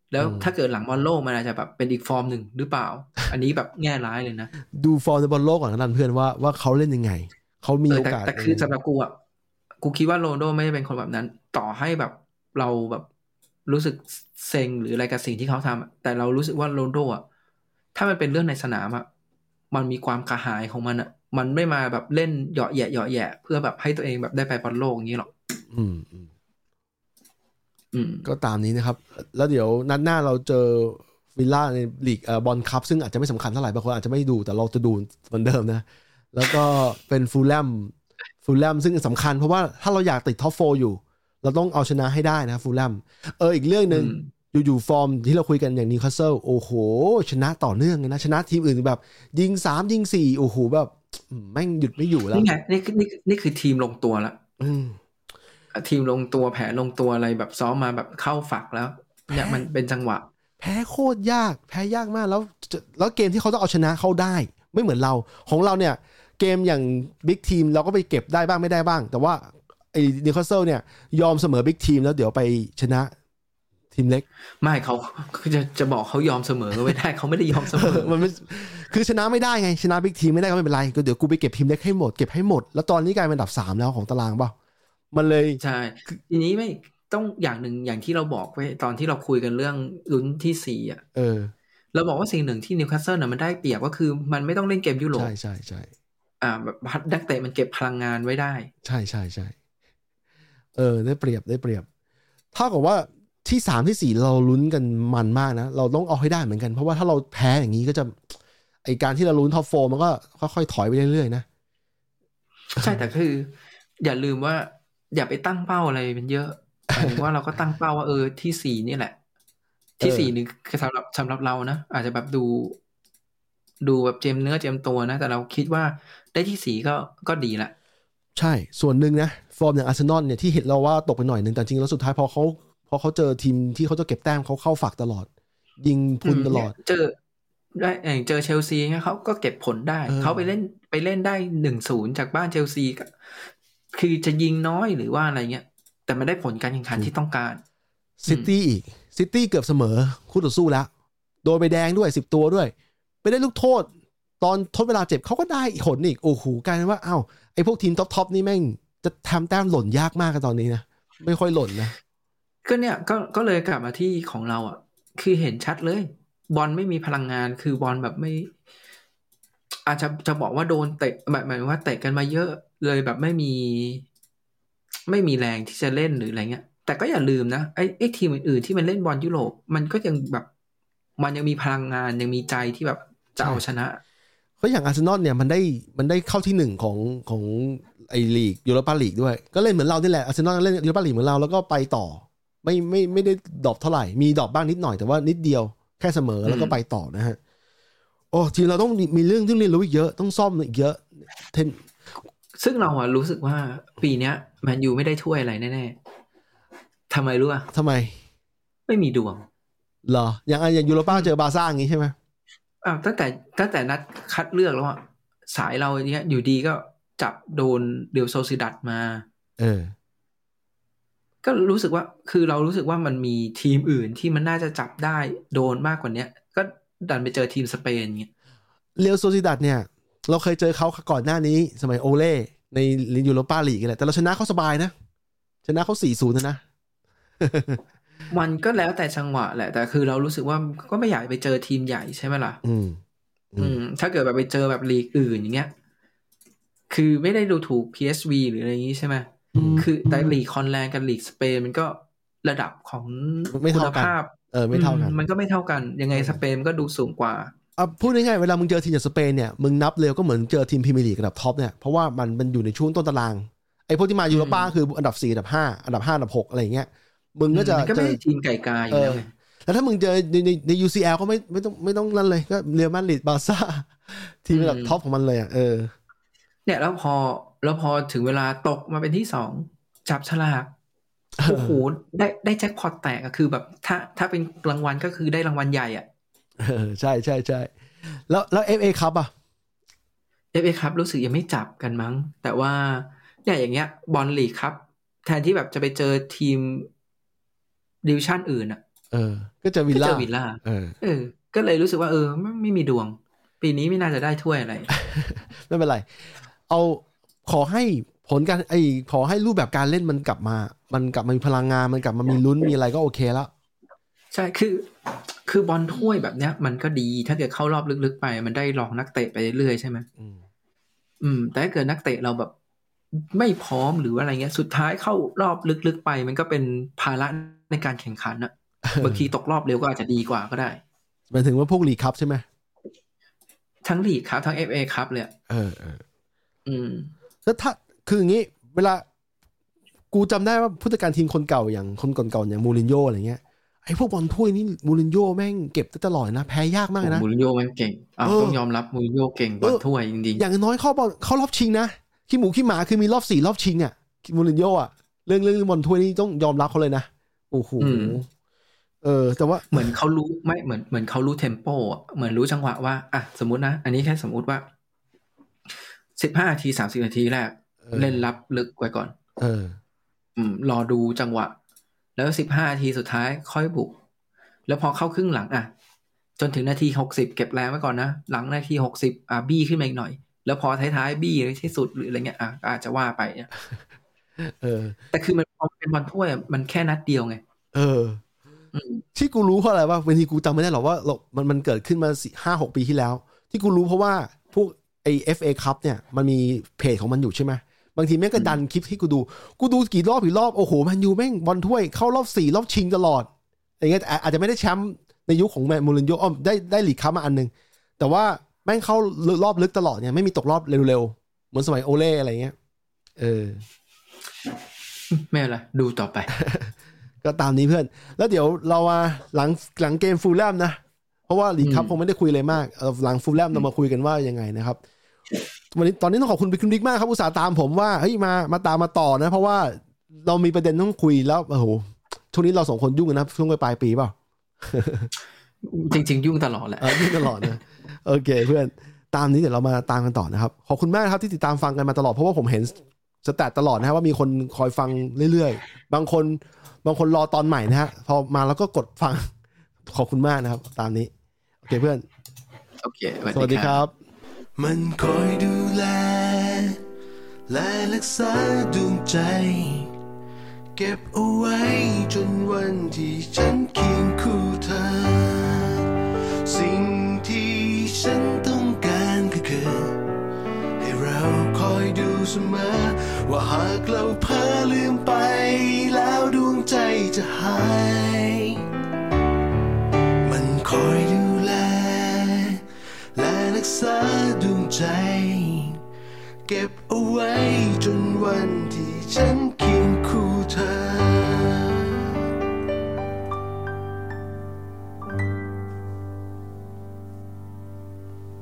แล้วถ้าเกิดหลังบอลโลกมันอาจจะแบบเป็นอีกฟอร์มหนึ่งหรือเปล่า อันนี้แบบแง่ร้ายเลยนะดูฟอร์มในบอลโลกก่อนนั่นเพื่อนว่าว่าเขาเล่นยังไงเขามีโอกาสแต่คือสำหรับกูอ่ะกูคิดว่าโรนัลโดไม่ได้เป็นคนแบบนั้นต่อให้แบบเราแบบรู้สึกเซ็งหรืออะไรกับสิ่งที่เขาทำแต่เรารู้สึกว่าโรนัลโดอ่ะถ้ามันเป็นเรื่องในสนามอ่ะมันมีความกระหายของมันอ่ะมันไม่มาแบบเล่นเหยาะแยะเหยาะแยะเพื่อแบบให้ตัวเองแบบได้ไปบอลโลกอย่างนี้หรอกอืมอืมก็ตามนี้นะครับแล้วเดี๋ยวนัดหน้าเราเจอวิลล่าในลีกเอ่อบอลคัพซึ่งอาจจะไม่สำคัญเท่าไหร่บางคนอาจจะไม่ดูแต่เราจะดูเหมือนเดิมนะแล้วก็เป็นฟูลแลมฟูลแลมซึ่งสำคัญเพราะว่าถ้าเราอยากติดท็อปโฟร์อยู่เราต้องเอาชนะให้ได้นะฟูลแลมเอออีกเรื่องนึงอยู่ๆฟอร์มที่เราคุยกันอย่างนิวคาสเซิลโอ้โหชนะต่อเนื่องเลยนะชนะทีมอื่นแบบยิงสามยิงสี่โอ้โหแบบแม่งหยุดไม่อยู่แล้วนี่ไงนี่นี่นี่คือทีมลงตัวแล้วทีมลงตัวแผนลงตัวอะไรแบบซ้อมมาแบบเข้าฝักแล้วเนี่ยมันเป็นจังหวะแพ้โคตรยากแพ้ยากมากแล้วแล้วเกมที่เขาต้องเอาชนะเขาได้ไม่เหมือนเราของเราเนี่ยเกมอย่างบิ๊กทีมเราก็ไปเก็บได้บ้างไม่ได้บ้างแต่ว่าไอ้นิวคาสเซิลเนี่ยยอมเสมอบิ๊กทีมแล้วเดี๋ยวไปชนะทีมเล็กไม่เขาจะจะบอกเขายอมเสมอก็ไม่ได้เขาไม่ได้ยอมเสมอมันไม่คือชนะไม่ได้ไงชนะบิ๊กทีมไม่ได้ก็ไม่เป็นไรก็เดี๋ยวกูไปเก็บทีมเล็กให้หมดเก็บให้หมดแล้วตอนนี้กลายเป็นอันดับสามแล้วของตารางป่ะมันเลยใช่ทีนี้ไม่ต้องอย่างหนึ่งอย่างที่เราบอกไว้ตอนที่เราคุยกันเรื่องลุ้นที่สี่อ่ะเออเราบอกว่าสิ่งหนึ่งที่นิวคาสเซิลน่ะมันได้เปรียบก็คือมันไม่ต้องเล่นเกมยุโรปใช่ใช่ใช่อ่าแบบนักเตะมันเก็บพลังงานไว้ได้ใช่ใช่ใช่เออได้เปรียบได้เปรียบเท่ากับว่าที่สามที่สี่เราลุ้นกันมันมากนะเราต้องเอาให้ได้เหมือนกันเพราะว่าถ้าเราแพ้อย่างนี้ก็จะไอการที่เราลุ้นท็อปโฟร์มันก็ค่อยๆถอยไปเรื่อยๆนะใช่แต่คืออย่าลืมว่าอย่าไปตั้งเป้าอะไรเป็นเยอะหมายถึงว่าเราก็ตั้งเป้าว่าเออที่สี่นี่แหละที่สี่นี่สำหรับสำหรับเรานะอาจจะแบบดูดูแบบเจมเนื้อเจมตัวนะแต่เราคิดว่าได้ที่สี่ก็ก็ดีละใช่ส่วนหนึ่งนะฟอร์มอย่างอาร์เซนอลเนี่ยที่เห็นเราว่าตกไปหน่อยนึงแต่จริงแล้วสุดท้ายพอเขาพอเขาเจอทีมที่เขาจะเก็บแต้มเขาเข้าฝักตลอดยิงพุนตลอดเจอได้อย่างเจอเชลซีเนี่ยเขาก็เก็บผลได้เขาไปเล่นไปเล่นได้หนึ่งศูนย์จากบ้านเชลซีคือจะยิงน้อยหรือว่าอะไรเงี้ยแต่ไม่ได้ผลการแข่งขันที่ต้องการซิตี้อีกซิตี้เกือบเสมอคู่ต่อสู้แล้วโดนใบแดงด้วยสิบตัวด้วยไปได้ลูกโทษตอนทดเวลาเจ็บเขาก็ได้ผลอีกโอ้โหกลายเป็นว่าอ้าวไอ้พวกทีมท็อปๆนี่แม่งจะทำแต้มหล่นยากมากกันตอนนี้นะไม่ค่อยหล่นนะก็เนี่ยก็ก็เลยกลับมาที่ของเราอ่ะคือเห็นชัดเลยบอลไม่มีพลังงานคือบอลแบบไม่อาจจะจะบอกว่าโดนเตะแบบหมายว่าเตะกันมาเยอะเลยแบบไม่มีไม่มีแรงที่จะเล่นหรืออะไรเงี้ยแต่ก็อย่าลืมนะไอ้ไอ้ทีมอื่นๆที่มันเล่นบอลยุโรปมันก็ยังแบบมันยังมีพลังงานยังมีใจที่แบบจะเอาชนะเพราะอย่างอาร์เซนอลเนี่ยมันได้มันได้เข้าที่หนึ่งของของไอ้ลีกยูโรปาลีกด้วยก็เล่นเหมือนเรานี่แหละอาร์เซนอลเล่นยูโรปาลีกเหมือนเราแล้วก็ไปต่อไม่ไม่ไม่ได้ดรอปเท่าไหร่มีดรอปบ้างนิดหน่อยแต่ว่านิดเดียวแค่เสมอแล้วก็ไปต่อนะฮะโอ้ทีเราต้องมีเรื่องที่เรียนรู้อีกเยอะต้องซ่อมอีกเยอะเทนซึ่งเราอะรู้สึกว่าปีเนี้ยแมนยูไม่ได้ถ้วยอะไรแน่ๆทำไมรู้อะทำไมไม่มีดวงเหรออย่างอย่างยูโรป้าเจอบาร์ซ่าอย่างงี้ใช่ไหมอ้าวตั้งแต่ตั้งแต่นัดคัดเลือกแล้วอะสายเราเนี้ยอยู่ดีก็จับโดนเดลโซซิดัดมาเออก็รู้สึกว่าคือเรารู้สึกว่ามันมีทีมอื่นที่มันน่าจะจับได้โดนมากกว่านี้ก็ดันไปเจอทีมสเปนเงี้ยเรอัลโซซิดัดเนี่ยเราเคยเจอเขาก่อนหน้านี้สมัยโอเล่ในยูโรป้าลีกแหละแต่เราชนะเขาสบายนะชนะเขา สี่ศูนย์ นะนะมันก็แล้วแต่จังหวะแหละแต่คือเรารู้สึกว่าก็ไม่อยากไปเจอทีมใหญ่ใช่ไหมล่ะอืมอืมถ้าเกิดแบบไปเจอแบบลีกอื่นอย่างเงี้ยคือไม่ได้ดูถูก พี เอส วี หรืออะไรอย่างงี้ใช่ไหมคือแต่ลีกคอนแลนด์กับลีกสเปนมันก็ระดับของคุณภาพเออไม่เท่ากันมันก็ไม่เท่ากันยังไงสเปนก็ดูสูงกว่าอ่ะพูดง่ายๆเวลามึงเจอทีมจากสเปนเนี่ยมึงนับเร็วก็เหมือนเจอทีมพรีเมียร์ลีกระดับท็อปเนี่ยเพราะว่ามันมันอยู่ในช่วงต้นตารางไอ้พวกที่มายูโรป้าคืออันดับสี่อันดับห้าอันดับห้าอันดับหกอะไรอย่างเงี้ยมึงก็จะก็ไม่ได้ทีมไก่กาอยู่แล้วแล้วถ้ามึงเจอในในใน ยู ซี แอล ก็ไม่ไม่ต้องไม่ต้องนั่นเลยก็เรอัลมาดริดบาร์ซ่าทีมระดับท็อปของมันเลยอ่ะเออเนี่ยแล้วพอแล้วพอถึงเวลาตกมาเป็นที่สองจับฉลากโอ้โหได้ได้แจ็คพอตแตกอะคือแบบถ้าถ้าเป็นรางวัลก็คือได้รางวัลใหญ่อ่ะเออใช่ใช่ใช่แล้วแล้ว เอฟ เอ Cup อ่ะเอฟ เอ Cup รู้สึกยังไม่จับกันมั้งแต่ว่าเนี่ยอย่างเงี้ยบอลลีกครับแทนที่แบบจะไปเจอทีมดิวิชั่นอื่นอ่ะเออก็จะวิลล่าก็จะวิลล่าเออเออก็เลยรู้สึกว่าเออไม่ไม่มีดวงปีนี้ไม่น่าจะได้ถ้วยอะไรไม่เป็นไรเอาขอให้ผลการไอ้ขอให้รูปแบบการเล่นมันกลับมามันกลับมามีพลังงานมันกลับมามีลุ้นมีอะไรก็โอเคแล้วใช่คือคือบอลถ้วยแบบเนี้ยมันก็ดีถ้าเกิดเข้ารอบลึกๆไปมันได้ลองนักเตะไปเรื่อยๆใช่ไหมอืมอืมแต่ถ้าเกิดนักเตะเราแบบไม่พร้อมหรืออะไรเงี้ยสุดท้ายเข้ารอบลึกๆไปมันก็เป็นภาระในการแข่งขันอะ บางทีตกรอบเร็วก็อาจจะดีกว่าก็ได้หมายถึงว่าพวกลีกคัพใช่ไหมทั้งลีกครับทั้ง เอฟ เอ คัพเลยเออเอออืมแล้วถ้าคืออย่างงี้เวลากูจำได้ว่าผู้จัดการทีมคนเก่าอย่างคนก่อนๆอย่างมูรินโญ่อะไรเงี้ยไอ้พวกบอลถ้วยนี่มูรินโญ่แม่งเก็บตลอดนะแพ้ยากมากนะมูรินโญ่แม่งเก่งอ่ะต้องยอมรับมูรินโญ่เก่งบอลถ้วยจริงๆอย่างน้อยเข้าบอลเข้ารอบชิงนะขี้หมูขี้หมาคือมีรอบสี่รอบชิงอ่ะมูรินโญ่อ่ะเรื่องเรื่องบอลถ้วยนี่ต้องยอมรับเขาเลยนะโอ้โหเออแต่ว่าเหมือนเขารู้ไม่เหมือนเหมือนเขารู้เทมโปอ่ะเหมือนรู้จังหวะว่าอ่ะสมมุตินะอันนี้แค่สมมุติว่าสิบห้านาทีสามสิบนาทีแรกเล่นรับลึกไว้ก่อนเอออืมรอดูจังหวะแล้วสิบห้านาทีสุดท้ายค่อยบุกแล้วพอเข้าครึ่งหลังอ่ะจนถึงนาทีหกสิบเก็บแรงไว้ก่อนนะหลังนาทีหกสิบอ่ะบี้ขึ้นมาอีกหน่อยแล้วพอท้ายๆบี้ที่สุดหรืออะไรเงี้ยอ่ะอาจจะว่าไปเนี่ยเออแต่คือมันพอเป็นบอลถ้วยมันแค่นัดเดียวไงเออที่กูรู้เพราะอะไรว่าบางทีกูจำไม่ได้หรอกว่ามันมันเกิดขึ้นมาสี่ห้าหกปีที่แล้วที่กูรู้เพราะว่าพวกไอ้ เอฟ เอ Cup เนี่ยมันมีเพจของมันอยู่ใช่ไหมบางทีแม่งก็ดันคลิปให้กูดูกูดูกี่รอบกี่รอบโอ้โหแมนยูแม่งบอลถ้วยเข้ารอบสี่รอบชิงตลอดอย่างเงี้ยอาจจะไม่ได้แชมป์ในยุคของแมนมูรินโญ่อ้อมได้ได้ลีกคัพมาอันนึงแต่ว่าแม่งเข้ารอบลึกตลอดเนี่ยไม่มีตกรอบเร็วๆเหมือนสมัยโอเล่อะไรเงี้ยเออไม่อะไรดูต่อไปก็ตามนี้เพื่อนแล้วเดี๋ยวเรามาหลังหลังเกมฟูลแลมนะเพราะว่าลีกคัพคงไม่ได้คุยเลยมากหลังฟูลแลมเรามาคุยกันว่ายังไงนะครับวันนี้ตอนนี้ต้องขอบคุณคุณบิ๊กมากครับอุตส่าห์ตามผมว่าเฮ้ยมามาตามมาต่อนะเพราะว่าเรามีประเด็นต้องคุยแล้วโอ้โหช่วงนี้เราสองคนยุ่งกันนะช่วงปลายปีเปล่าจริงๆยุ่งตลอดแหละยุ่งตลอดนะโอเคเพื่อนตามนี้เดี๋ยวเรามาตามกันต่อนะครับขอบคุณมากครับที่ติดตามฟังกันมาตลอดเพราะว่าผมเห็นสแตทตลอดนะครับว่ามีคนคอยฟังเรื่อยๆบางคนบางคนรอตอนใหม่นะฮะพอมาแล้วก็กดฟังขอบคุณมากนะครับตามนี้โอเคเพื่อนโอเคสวัสดีครับมันคอยดูแลและรักษาดวงใจเก็บเอาไว้จนวันที่ฉันเคียงคู่เธอสิ่งที่ฉันต้องการก็คือให้เราคอยดูเสมอว่าหากเราเพ้อลืมไปแล้วดวงใจจะหายมันคอยดูแลและรักษาดวงใจ